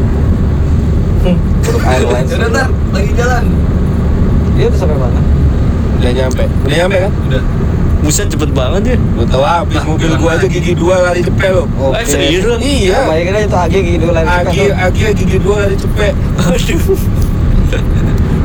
Buruk Airlines. Udah ntar lagi jalan. Dia udah sampai mana? Udah nyampe kan? Udah. Buset cepet banget ya. Lu tau habis mobil gua aja gigi 2 lari cepet lo. Oke. Serius lu? Iya. Bayangin aja tuh Agi gitu lain Agi gigi 2 lari cepet. Aduh.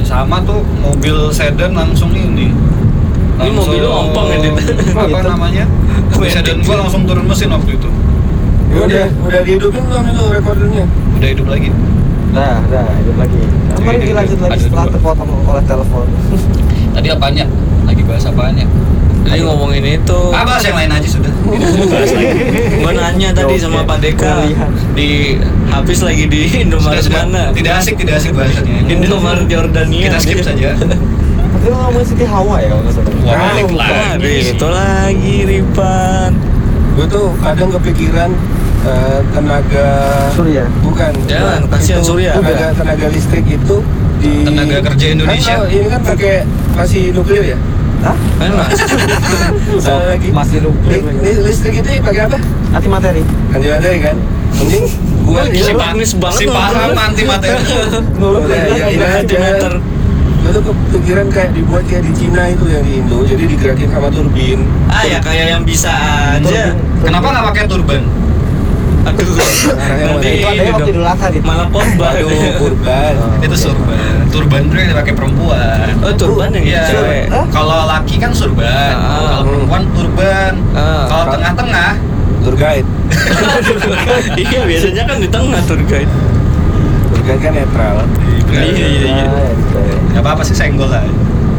sama tuh mobil sedan langsung ini. Ini mobil lu ompong ya, Dit? Apa gitu? namanya? Mobil sedan gua langsung turun mesin waktu itu. Udah dihidupin belum itu recordernya? Udah hidup lagi. Dah, hidup lagi. Mari dilanjut lagi Ada setelah dua. terpotong oleh telepon. Tadi apaan ya? Lagi bahas apaan ya? Jadi ngomongin itu. Bahas yang lain aja sudah. Bahas lagi. Gua nanya tadi Oke. sama Pak Deka Kuliah. di habis lagi di Indomaret Sudah. mana? Tidak asik bahasannya. Indomaret Jordania. Kita skip saja. Tapi lo ngomongin Siti Hawa ya kalau nggak salah. Wah, balik lagi. Aduh, itu lagi Ripan. Gue tuh kadang kepikiran tenaga Surya. bukan Jangan, kasihan itu Surya. tenaga listrik itu di Tenaga kerja Indonesia. Kan, ini kan pakai masih nuklir ya. Hah? Enak. Lagi Masih nuklir lagi. listrik itu pakai apa? Anti materi. Anti materi kan. Mending gua Oh, dia si teknis banget Si loh. paham anti materi. ya ini aja. Gue tuh kepikiran kayak dibuat kayak di Cina itu yang di Indo, jadi digerakin sama turbin. Ah ya kayak yang bisa aja. Kenapa nggak pakai turban? Aduh. Nanti Itu ada ini waktu dong. Idul Adha di. Malah potbah. Aduh, kurban. Itu surban. Turban itu yang dipakai perempuan. Oh, turban yang Iya. cewek. Hah? Kalau laki kan surban, Ah. kalau perempuan turban. Ah. Kalau tengah-tengah Tour guide. Iya, biasanya kan di tengah tour guide. Tour guide kan netral. Iya. nggak apa-apa sih senggol lah.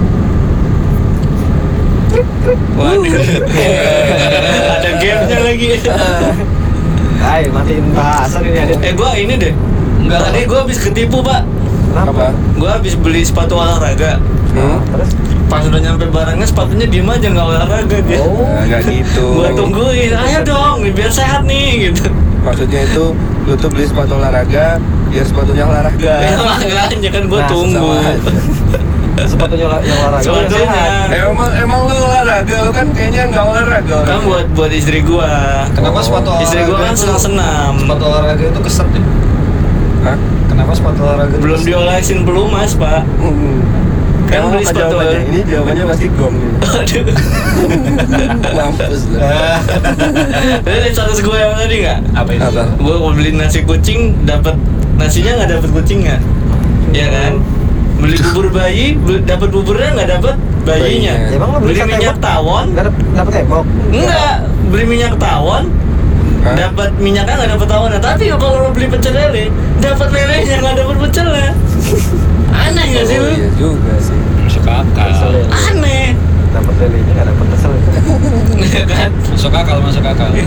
Waduh. Ada gamenya lagi. Hai, matiin bahasan ini ada. Gua ini deh. Enggak. Tadi gua habis ketipu, Pak. Apa? Gua habis beli sepatu olahraga. Terus? Pas udah nyampe barangnya sepatunya diem aja nggak olahraga dia. Oh. Nah, nggak gitu. Gua tungguin, ayo dong, biar sehat nih gitu. Maksudnya itu lu tuh beli sepatu olahraga biar sepatunya olahraga. Ya makanya kan gua Nah, tunggu. sama aja. Sepatunya yang olahraga. Sepatunya. yang sehat. Emang lu olahraga, lu kan kayaknya nggak olahraga. Kan buat istri gua. Kenapa sepatu olahraga? Istri gua kan itu- senam. Sepatu olahraga itu keset ya? Hah? Kenapa sepatu olahraga? itu Belum keset? diolesin pelumas, Pak. Kan Emang beli apa sepatu jawabannya? Ini jawabannya pasti gong nih. Aduh. Mampus lah. Jadi lihat status gue yang tadi nggak? Apa itu? Apa? Gue mau beli nasi kucing, dapat nasinya nggak dapat kucingnya, ya kan? Beli bubur bayi, dapat buburnya nggak dapat bayinya. Bayinya. Ya, emang lo beli Beli sate minyak bok? tawon, Nggak dapet tembok. enggak. Beli minyak tawon, Hah? dapat minyaknya nggak dapat tawonnya. Tapi kalau lo beli pecel lele, dapat lelenya nggak dapat pecelnya. Aneh nggak sih Oh, lu? iya juga sih. Masuk akal. Aneh, Dapat lelenya nggak dapat kesel. ya kan? Masuk akal, masuk akal. Iya.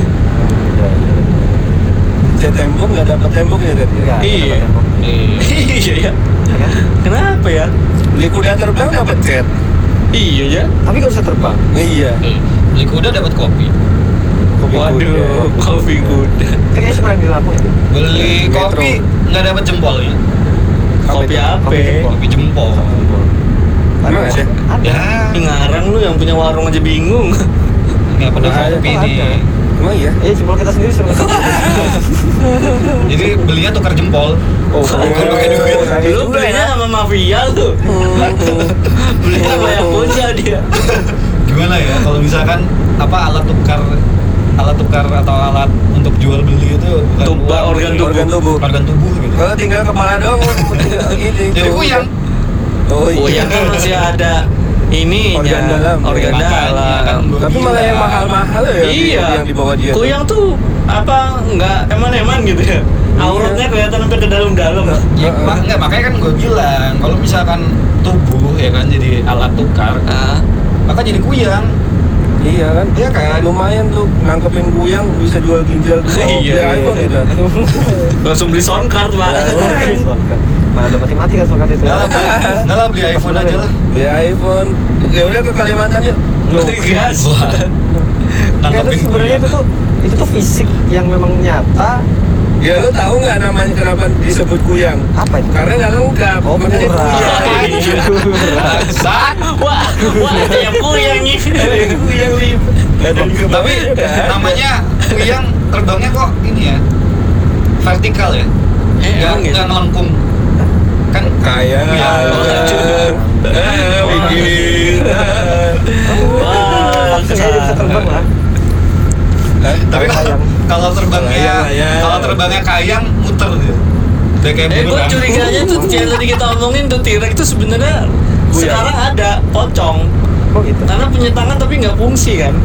Cat tembok nggak dapat temboknya tadi. Nggak Iya. dapat tembok. Iya ya. Ya kan? Kenapa ya? Beli kuda terbang dapat cat. Iya ya. Tapi nggak bisa terbang. Iya. Beli kuda dapat kopi. Kopi Waduh, kuda. kopi kuda. Kayaknya cuma di Lampung ya. Beli Metro. kopi nggak dapat jempolnya. Kopi apa? Kopi jempol. Kopi jempol. Emang ada? Ada. Ya, Ih, ngarang lu yang punya warung aja bingung. nggak pernah Ada, kopi ada. nih. Emang iya? Iya, jempol kita sendiri suruh. Jadi belinya tukar jempol. Oh, Bukan pakai duit. Lu belinya sama mafia lu. Belinya sama yang punya dia. Gimana ya kalau misalkan apa alat tukar atau alat untuk jual beli itu bukan Tuba, uang, organ Organ tubuh. organ tubuh gitu. Kalau tinggal kepala doang, ini. Jadi kuyang. Oh Kuyang kan masih ada ininya, Organ dalam. organ Makanya dalam. kan gua Tapi malah yang bilang. mahal-mahal ya Iya. yang dibawa dia. Kuyang tuh apa nggak eman-eman gitu ya? Auratnya kelihatan sampai ke dalam-dalam. Ya, enggak, makanya kan gue bilang kalau misalkan tubuh ya kan jadi alat tukar, Ah, maka jadi kuyang. Iya kan? Iya kan? Lumayan tuh nangkepin kuyang bisa jual ginjal tuh. Iya. iPhone itu. langsung beli sound card, Pak. Nah, udah mati kan sokat itu. Nggak lah beli iPhone aja lah. Beli iPhone. Ya udah ke Kalimantan yuk. Gas. Ya, Nangkepin itu sebenarnya kuyang. itu tuh fisik yang memang nyata. Ya lu tahu nggak namanya kenapa disebut kuyang? Apa itu? Karena nggak lengkap. Oh, Makanya murah. kuyang. Bangsat. Wah, ada yang kuyang nih. Kuyang nih. Tapi namanya kuyang terbangnya kok ini ya vertikal ya, Emang ya? nggak ngelengkung kan Kayak mikir. Wah, Kayaknya bisa terbang lah. Tapi Kayang. kalau terbangnya Kayang. kayang muter gitu. Udah kayak Gue bumerang. curiganya tuh yang tadi kita omongin tuh T-Rex itu sebenarnya sekarang ada pocong. Oh gitu. Karena punya tangan tapi nggak fungsi kan.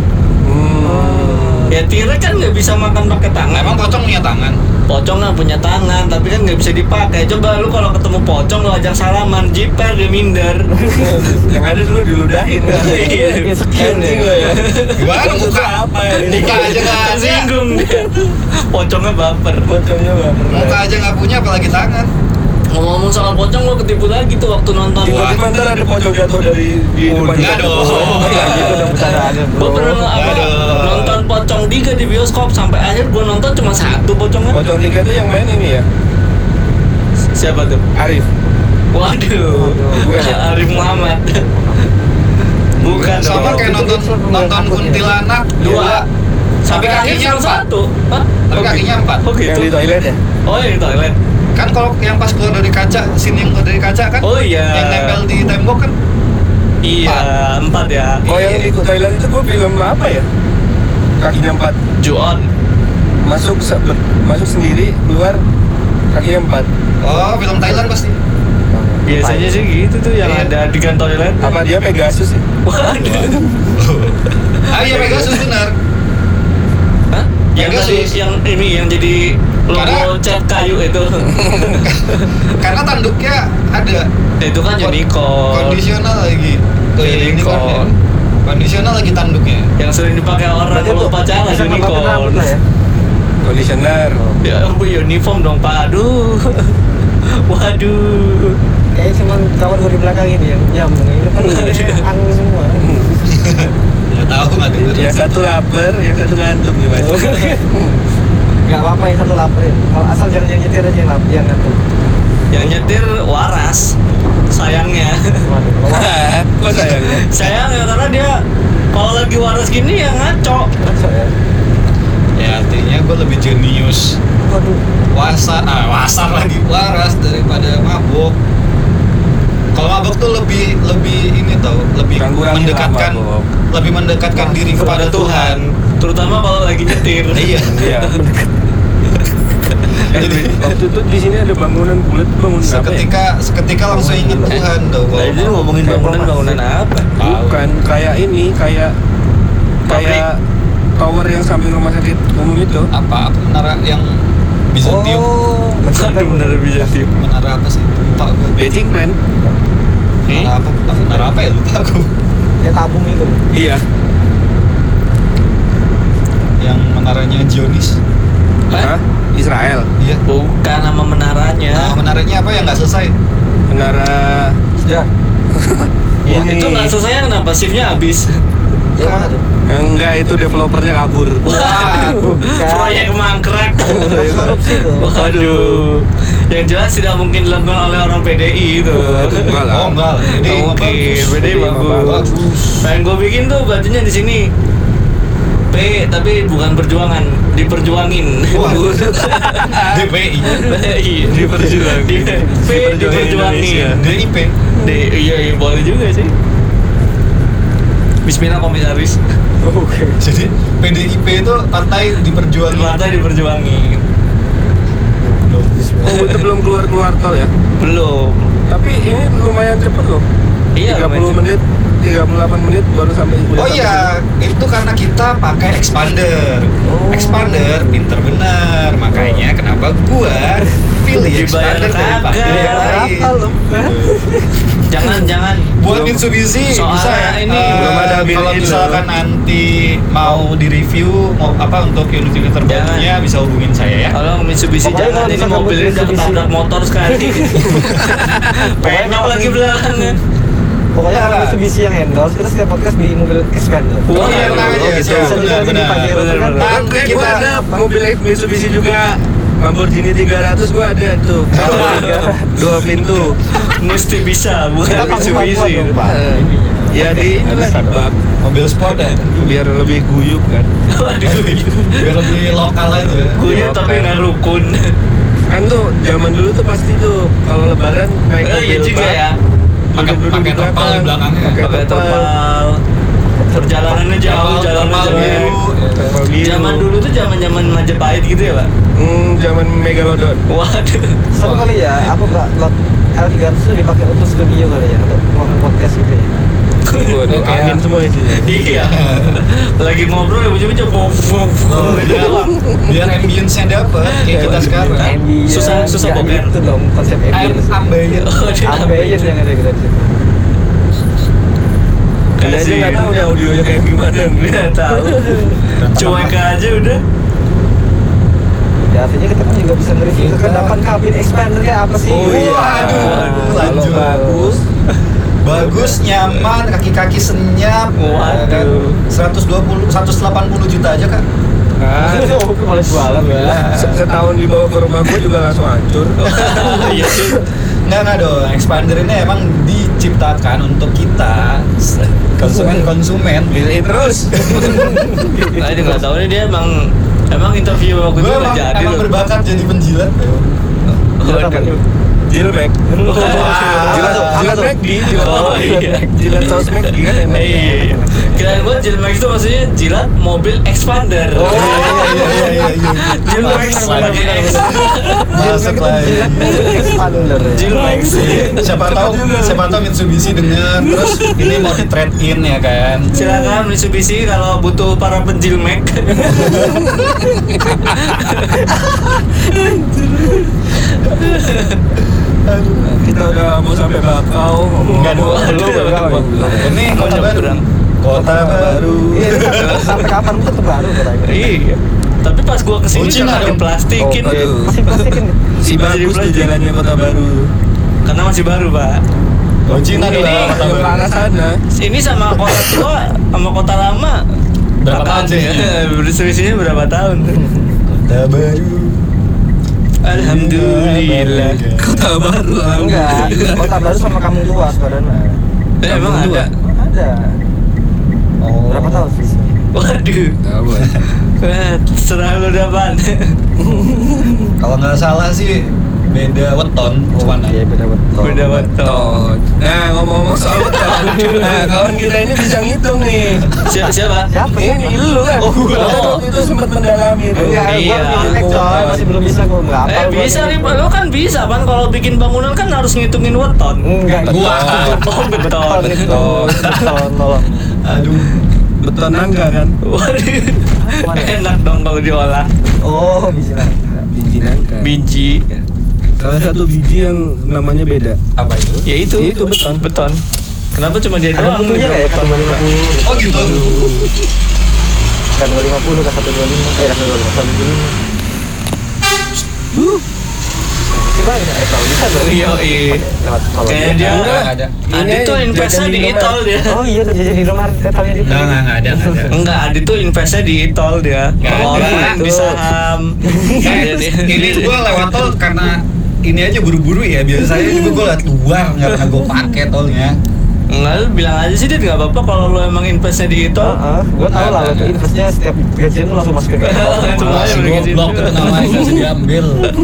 Ya T-Rex kan nggak bisa makan pakai tangan. Emang pocong punya tangan? Pocong nggak punya tangan tapi kan nggak bisa dipakai. Coba lu kalau ketemu pocong lu ajak salaman, jiper dia minder. Yang ada dulu diludahin. Iya. Sekian ya. Gimana muka? Apa ya? Muka aja nggak ada. Tersinggung dia. Pocongnya baper. Pocongnya baper. Muka aja nggak punya, apalagi tangan. Ngomong-ngomong soal pocong lo ketipu lagi tuh waktu nonton. Tiba-tiba ntar ada pocong jatuh dari di depan. Enggak dong. Itu udah bercandaannya, bro. Gue pernah Aduh. nonton pocong 3 di bioskop sampai akhir gue nonton cuma 1 pocongnya. Pocong 3 tuh yang main ini ya? Siapa tuh? Arif. Waduh, Bukan ya? Arif Muhammad. Bukan Sama dong. kayak nonton kuntilanak 2 sampai akhir kakinya cuma 4. 1. Hah? Tapi kakinya 4. Oh Yang di gitu. toilet ya? Oh yang di toilet. Kan kalau yang pas keluar dari kaca, scene yang keluar dari kaca kan? Oh iya. Yang nempel di tembok kan? Iya, 4 ya. Oh yang di toilet itu gua film apa ya? Kakinya 4. Juon. Masuk sendiri, keluar kakinya 4. Oh, film Thailand pasti. Biasanya sih gitu tuh yang Iya. ada di toilet. Apa dia Pegasus ya? Waduh. Ah iya, Pegasus benar. Hah? Yang tadi Pegasus. yang ini yang jadi logo Karena- cat kayu itu. Karena tanduknya ada Itu kan unicorn. kondisional lagi. Oh iya, unicorn ya. Kondisional lagi tanduknya. Yang sering dipakai orang Berarti kalau untuk pacaran bisa ngelokin unicorn. rambut lah ya. Conditioner. Ya ampun uniform dong Pak. Aduh. Waduh. Kayak cuman kawan gue di belakang ini yang nyambung. Ini kan angin semua. Nggak tahu nggak denger. Yang satu lapar, yang satu ngantuk gimana? Gak apa-apa yang satu laperin. Kalau asal jangan yang nyetir aja yang ngantuk. Yang nyetir waras. Sayangnya. Waduh, kalau waras, Kok sayangnya? Sayangnya karena dia kalau lagi waras gini ya ngaco. ngaco ya. Ya artinya gue lebih jenius. Waduh. Wasar lagi waras daripada mabuk. Kalau mabuk tuh lebih ini tau, lebih Kan kurangin mendekatkan, lah mabuk. lebih mendekatkan diri kepada Tuhan. Terutama kalau lagi nyetir. Iya. Iya. Jadi waktu itu di sini ada bangunan bulat, bangunan apa ya? Seketika langsung ingat Tuhan tuh. Nah, itu Kalau ngomongin bangunan apa? Bukan kayak ini, kayak tower yang samping rumah sakit umum itu. apa menara yang Bizantium? Oh, Aduh bener bisa sih. Menara apa sih? Lupa gue. Beijing plan. Menara apa? Menara apa ya? Lupa gue. ya tabung itu. Iya. Yang menaranya Zionis. Hah? Israel. Iya. Bukan nama menaranya. Nah, menaranya apa yang nggak selesai? Menara Sudah. Ya, Bumi. itu nggak selesai kenapa shiftnya habis. Ya mana tuh? Enggak, itu developernya kabur. Wah, proyek mangkrak. Korupsi tuh. Waduh, yang jelas tidak mungkin dilakukan oleh orang PDI itu. Enggak lah. Oh enggak. Ini Oh, oke, PDI bagus. Bagus. Pengen gue bikin tuh bajunya di sini. P tapi bukan perjuangan, diperjuangin. Wah. DPI. Diperjuangin. P diperjuangin. DIP. Iya boleh juga sih. Bismillah komisaris. Oke. Jadi PDIP itu partai diperjuangkan. Partai diperjuangin. Oh, itu belum keluar tol ya? Belum. Tapi ini lumayan cepet loh. Iya, 30 menit, 38 menit baru sampai. Oh iya, itu karena kita pakai expander. Oh. Expander pinter bener, makanya kenapa gua pilih Dibayar expander daripada kagak. yang lain. Berapa lo? Jangan. Buat Belum. Mitsubishi Soalnya bisa ya. ini belum ada Kalau built-in misalkan loh. nanti mau di review mau apa untuk unit-unit terbarunya bisa hubungin saya ya. Kalau Mitsubishi Pokoknya jangan kalau ini misalkan mobilnya udah Mitsubishi. ketabrak motor sekali. Penyok lagi belakangnya. Pokoknya kalau Mitsubishi yang endorse, kita setiap podcast di mobil expander. Wah, Oh iya, tenang aja. Bisa Siap, juga nanti benar, dipakai benar. kan. Benar. Nanti Gua kita ada mobil Mitsubishi juga. Lamborghini 300 gua ada tuh. Dua pintu. Mesti bisa, bukan Kita pakai Mitsubishi. pakuan dong, Pak. Ya di inilah di bak mobil sport ya. biar lebih guyup kan. Waduh, Biar lebih lokal aja ya. gue tapi nggak rukun. Kan tuh zaman dulu tuh pasti tuh kalau lebaran naik Oh iya mobil juga bak, ya. Pakai duduk-duduk pakai di terpal di belakang. belakangnya. Pakai terpal. perjalanannya jauh, jalannya jauh. Zaman dulu tuh zaman Majapahit gitu ya, Pak? Zaman Megalodon. Waduh. Sama kali ya, apa Pak? Lot L300 itu dipakai untuk studio kali ya, untuk podcast gitu ya. Waduh, angin semua isinya. Iya. Lagi ngobrol ya ujung-ujung Biar ambience-nya dapet kayak kita sekarang. Susah nggak boker. gitu dong konsep ambience. Ambience. Ambience yang ada kita di situ. Kita aja nggak tahu nih audionya kayak gimana. Nggak tahu. Cuek aja udah. Ya artinya kita kan juga bisa nge-review kedapan kabin expandernya apa sih? Oh iya. Waduh, Kalau lanjut. Bagus, nyaman, kaki-kaki senyap. Waduh. 180 juta aja, Kak. Oh, malah jualan ya. Setahun dibawa ke rumah gue juga langsung hancur. Iya sih. Enggak dong, expander ini emang diciptakan untuk kita konsumen. Beli terus. Nah, dia nggak tahu nih dia emang interview waktu itu Gue udah jadi emang loh. berbakat jadi penjilat. Waduh. Jilmek. Jilat McD. Oh, iya. Jilat saus McD kan enak. Iya. Kirain gua Jilmax itu maksudnya jilat mobil expander. Oh iya. Jilmax Lagi. Masuk lagi. Expander ya. Jilmax. Siapa tahu Mitsubishi dengar terus ini mau di trade in ya kan. Silakan Mitsubishi kalau butuh para penjilmek. Kita udah mau sampai Bakau. Enggak dong. Lu Ini kota baru. Kota baru. Iya, sampai kapan tuh baru katanya. Iya. Tapi pas gua kesini Cina udah dong. plastikin. Masih plastikin. Si bagus tuh jalannya Kota Baru. Karena masih baru, Pak. Oh Cina Ini dong. Kota Yang ke baru. arah sana. Ini sama kota tua sama kota lama Berapa tahun sih ya? Berselisihnya berapa tahun? Kota baru. Alhamdulillah. Kota Baru. Enggak, kota baru sama kampung tua sebenarnya. Emang ada? Ada. Oh. Berapa tahun sih? Waduh. Tahu. Serah lu dapan. Kalau nggak salah sih beda weton cuman Iya, beda betul. Beda betul. Nah, ngomong-ngomong soal weton. Nah, kawan kita ini bisa ngitung nih. Siapa? Siapa sih? Ini lu kan. Oh, Lu kan waktu itu sempat mendalami tuh. Enggak, Iya. gua jelek coy, masih belum bisa gua enggak apa. Bisa nih, Pak. Lo kan bisa, Pan. Kalau bikin bangunan kan harus ngitungin weton. Enggak, Gua. Oh, beton. Beton, tolong. Aduh. Beton nangka kan. Waduh. Enak dong kalau diolah. Oh, bisa. Biji nangka. Biji. Salah satu biji yang namanya beda. Apa itu? Ya itu. Itu beton. Beton. Kenapa cuma dia Ada doang? bukunya nih, kayak beton? 150. Oh gitu. Kan 250 ke 125. 125. Gimana ya? Tahu bisa dong. Iya, iya. Lewat tol. Kayaknya dia Enggak ada. Adit tuh investnya di e-tol dia. Oh iya, tuh jajan di rumah tetalnya di. Enggak ada. Enggak, Adit tuh investnya di e-tol dia. Nggak Kalau ada. orang di saham. Ini gua lewat tol karena ini aja buru-buru ya. Biasanya juga gua lewat luar, nggak pernah gua pakai tolnya. Enggak, lu bilang aja sih dia nggak apa-apa kalau lu emang investnya di e-tol. Gua tahu lah, itu investnya setiap gajian lu langsung masukin ke Itu makanya Masih begitu. goblok itu namanya nggak bisa diambil.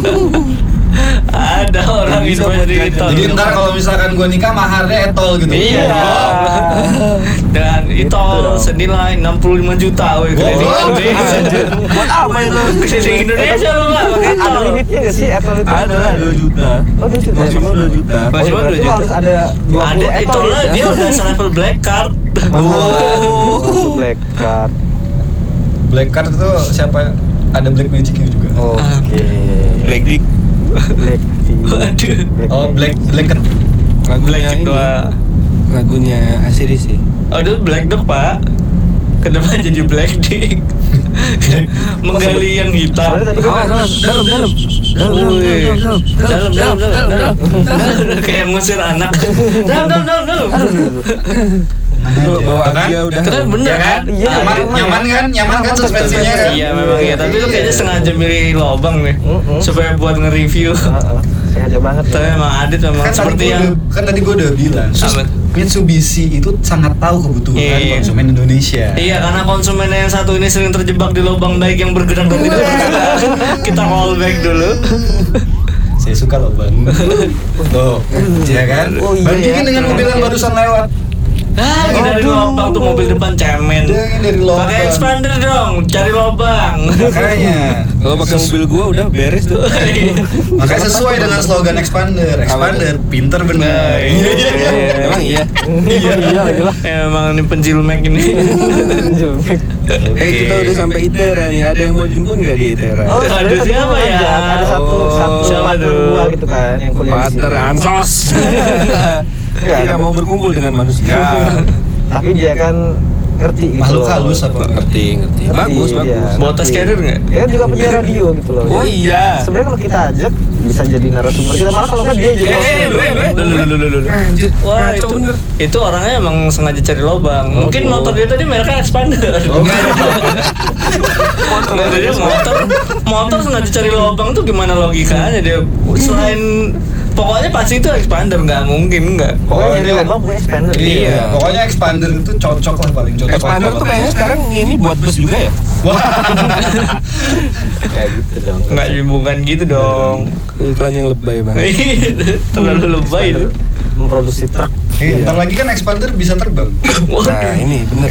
Ada orang Bisa investnya di buat e-tol. Jadi ntar kalau misalkan gua nikah maharnya etol gitu. Iya. Dan e-tol senilai 65 juta, woi. Keliling Wow. Indonesia. Buat apa itu? Keliling Indonesia lu Pak, pakai Ada e-tol. limitnya nggak sih etol itu? Ada lah 2 juta. Oh, 2 juta. Maksimal 2 juta. Maksimal 2 berarti juta. harus ada 20 Ada etol e-tolnya ya? dia udah selevel black card. Oh, black card. Black card itu siapa? Ada black magicnya juga. Oke. Black Dick. Black tea. Waduh. Oh black card. Lagunya ini. Lagunya Asiri sih. Aduh, Black Dog, Pak. Kenapa jadi Black Dick? Menggali yang hitam. Soalnya tadi gua Dalam. Wih. Dalam. Kayak ngusir anak. Dalam. Tuh, bawa Kan? dia udah. Itu kan bener Ya kan? kan? Iya, Nyaman kan suspensinya kan? Iya memang iya, tapi lu kayaknya sengaja milih lobang nih Mm-mm. supaya buat nge-review. sengaja banget Tapi ya. memang Adit memang seperti yang kan tadi gue udah bilang Apa? Mitsubishi itu sangat tahu kebutuhan Iya. konsumen Indonesia. iya, karena konsumen yang satu ini sering terjebak di lubang baik yang bergerak dan tidak bergerak. Kita roll back dulu. Saya suka loh bang. Tuh, ya kan? Oh, iya, Bandingin ya. dengan mobil yang barusan lewat. Dari lubang tuh mobil depan cemen. Jangan dari lubang. Pakai expander dong, cari lubang. Makanya Kalau pakai mobil gua udah beres tuh. makanya sesuai dengan slogan expander. Expander, pinter bener. Emang iya. Iya lagi lah. Emang ini pencilmek ini. Kita udah sampai ITERA nih. Ada yang mau jemput nggak di ITERA? Oh, Aduh, siapa ya? Ada satu Siapa partner tuh? gua gitu kan yang kuliah di Pater sini. Ansos. Kita mau berkumpul dengan manusia. Tapi dia kan ngerti gitu. Makhluk loh. halus apa? Ngerti. Bagus, Iya. bagus. Bawa tas carrier nggak? Dia kan juga punya radio gitu loh. Oh Jadi, iya. sebenarnya kalau kita ajak bisa jadi narasumber kita, malah kalau kan dia jadi host. Anjir. Wah, Kacau bener. itu orangnya emang sengaja cari lubang. Mungkin motor dia tadi mereknya expander. Motor sengaja cari lubang tuh gimana logikanya dia? Selain pokoknya pasti itu expander, nggak mungkin nggak. Pokoknya nyari lubang punya expander. Iya, pokoknya expander itu cocok lah, paling cocok. Expander tuh kayaknya sekarang ini buat bus juga ya? Wah, Kayak gitu dong. Nggak bukan gitu dong. Iklan yang lebay banget. Terlalu lebay itu. Memproduksi truk. ntar lagi kan expander bisa terbang. Nah ini bener.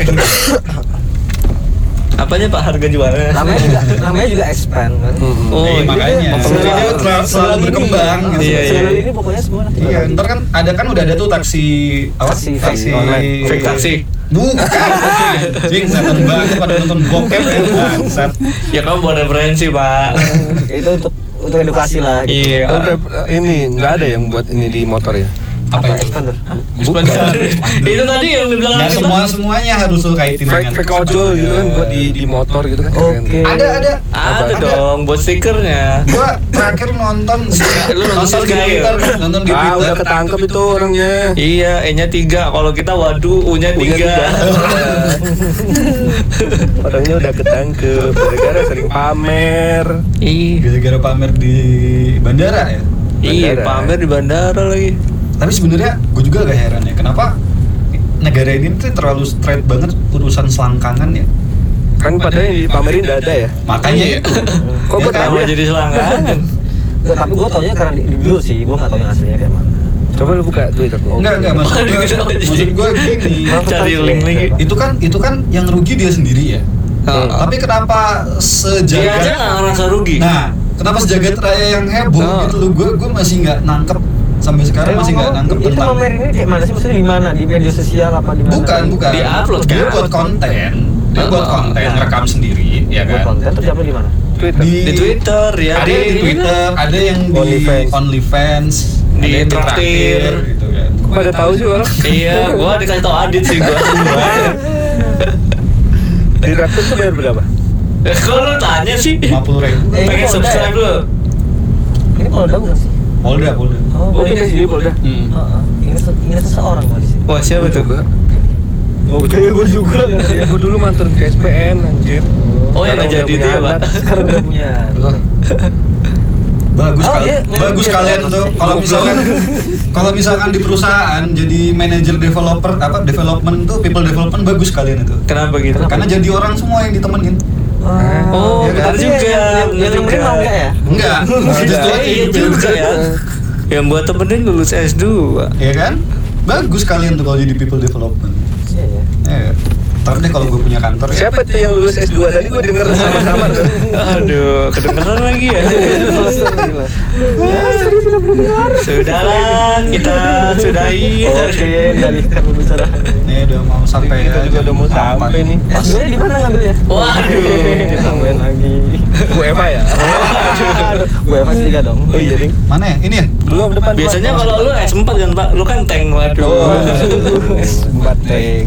Apanya Pak harga jualnya? Namanya juga expand kan. Oh, Iya, iya. makanya. Dia selalu berkembang. Gitu. Iya, iya. Serial ini pokoknya semua nanti. Iya, ntar kan udah ada tuh taksi apa? Taksi online. Fake taksi. Bukan. Anjing, nonton banget pada nonton bokep ya. Bangsat. Ya kamu buat referensi Pak. Itu untuk edukasi lah. Gitu. Iya. Ini nggak ada yang buat ini di motor ya? Apa itu? Expander. Itu tadi yang dibilang Nah, semuanya harus lu kaitin Fake dengan ojol gitu kan buat di motor gitu kan keren. Oke. Ada. Ada dong buat stikernya. Gua terakhir nonton Lu nonton di Sky ya? Twitter, nonton di Ah Twitter. udah ketangkep itu orangnya. Iya, E-nya 3. Kalau kita waduh, U-nya 3. Orangnya udah ketangkep gara-gara sering pamer. Iya. Gara-gara pamer di bandara ya. Iya, Bandara. pamer di bandara lagi. Tapi sebenarnya gue juga agak heran ya, kenapa negara ini tuh terlalu straight banget urusan selangkangan ya. Kan padahal yang dipamerin udah ada ya. Makanya ya. Kok Ya gua kan? tahu Kenapa jadi selangkangan? Nggak, tapi gue taunya karena di dulu sih, gue nggak taunya aslinya kayak mana. Coba lu buka Twitter. Enggak maksud gue gini. Cari link lagi. Itu kan yang rugi dia sendiri ya. Tapi kenapa Dia aja sejagat? nggak ngerasa rugi. Nah, kenapa sejagat raya yang heboh gitu loh? Gue masih nggak nangkep sampai sekarang masih nggak nangkep Itu tentang. pamer ini kayak mana sih? Maksudnya di mana? Di media sosial apa di mana? Bukan. Di-upload, Dia kan? buat konten. Dia buat konten, Nah. rekam sendiri, ya Buat kan? konten terus upload di mana? Twitter. Di Twitter ya. Ada yang di Twitter, ada yang di OnlyFans, Di ada yang traktir. gitu kan. Kok pada tahu sih orang? Iya, gua dikasih tau Adit sih gua. Di traktir tuh bayar berapa? Kok lu tanya sih? 50.000. Pengen Polda subscribe ya? lu? Ini Polda bukan sih? Polda. Oh, Oh Polda. ini sih Polda. Ini seseorang kok di sini. Wah, siapa tuh? Oke, gue juga. Gue dulu mantan ke SPN anjir. Oh, yang nggak Sekarang jadi udah itu ya, punya Pak? anak. Sekarang udah punya. Bagus Oh, kali. iya, Bagus iya, kalian iya. tuh kalau misalkan di perusahaan jadi manajer developer development tuh people development bagus kalian itu. Kenapa gitu? Karena jadi orang semua yang ditemenin. Oh, Ya kan? benar juga. Yang benar nemenin juga. mau nggak ya? Enggak. Justru Iya juga ya. Yang buat temenin lulus S2. Ya kan? Bagus kalian tuh kalau jadi people development. Iya, iya. Ya. Ntar deh kalau gue punya kantor ya. Siapa tuh yang lulus S2 tadi gue denger sama-sama tuh. Aduh, kedengeran lagi ya. Sudahlah, kita sudahi. Oke, dari pembicaraan. Ini udah mau sampai Kita juga udah mau sampai nih. Sebenarnya di mana ngambilnya? Waduh. Ditambahin lagi. Bu Eva ya? Gue pasti 3 dong. Oh iya ding. Mana ya? Ini ya? Belum depan. Biasanya kalau lu S4 kan Pak, lu kan tank. Waduh. Empat tank.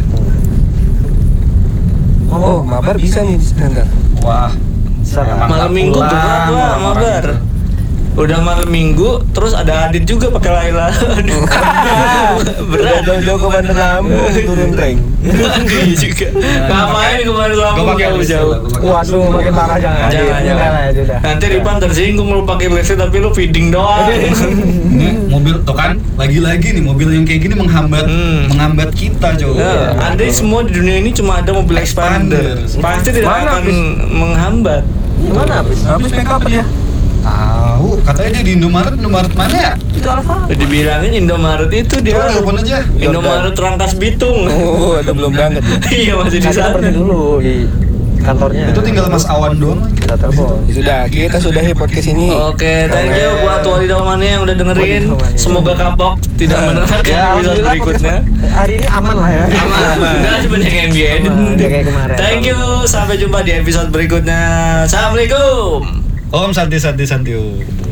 Oh, mabar bisa nih sebentar. Wah. Sarah. Malam minggu berat gua mabar. Udah malam minggu, terus ada Adit juga pakai Laila. Aduh. Berat. Jauh-jauh ke Bandar Lampung turun tank. Iya juga. Ngapain ke Bandar Lampung Gua pakai jauh-jauh? Waduh, makin parah jangan. Jangan. Udah. Nanti Ripan tersinggung lu pakai listrik tapi lu feeding doang. Ini mobil tuh kan lagi-lagi nih mobil yang kayak gini menghambat kita coba. Ya, andai semua di dunia ini cuma ada mobil expander, pasti tidak Mana, akan Pis? menghambat. Gimana habis? Habis pick up dia. Tahu, katanya dia di Indomaret mana ya? Itu Alfa. Dibilangin Indomaret itu dia. Coba telepon aja. Indomaret Rangkas Bitung. Oh, ada belum berangkat. Iya masih di Kita sana. pergi dulu di kantornya. Itu tinggal Mas Awan doang. Kita telepon. Sudah, kita sudahi podcast ini. Oke, thank you buat Walidah Mania yang udah dengerin. Walidah Mania. Semoga kapok tidak mendengarkan episode alhamdulillah berikutnya. podcast hari ini aman lah ya. Aman. Enggak sebanyak yang diedit. Udah kayak kemarin. Thank you. Sampai jumpa di episode berikutnya. Assalamualaikum. Om Santi.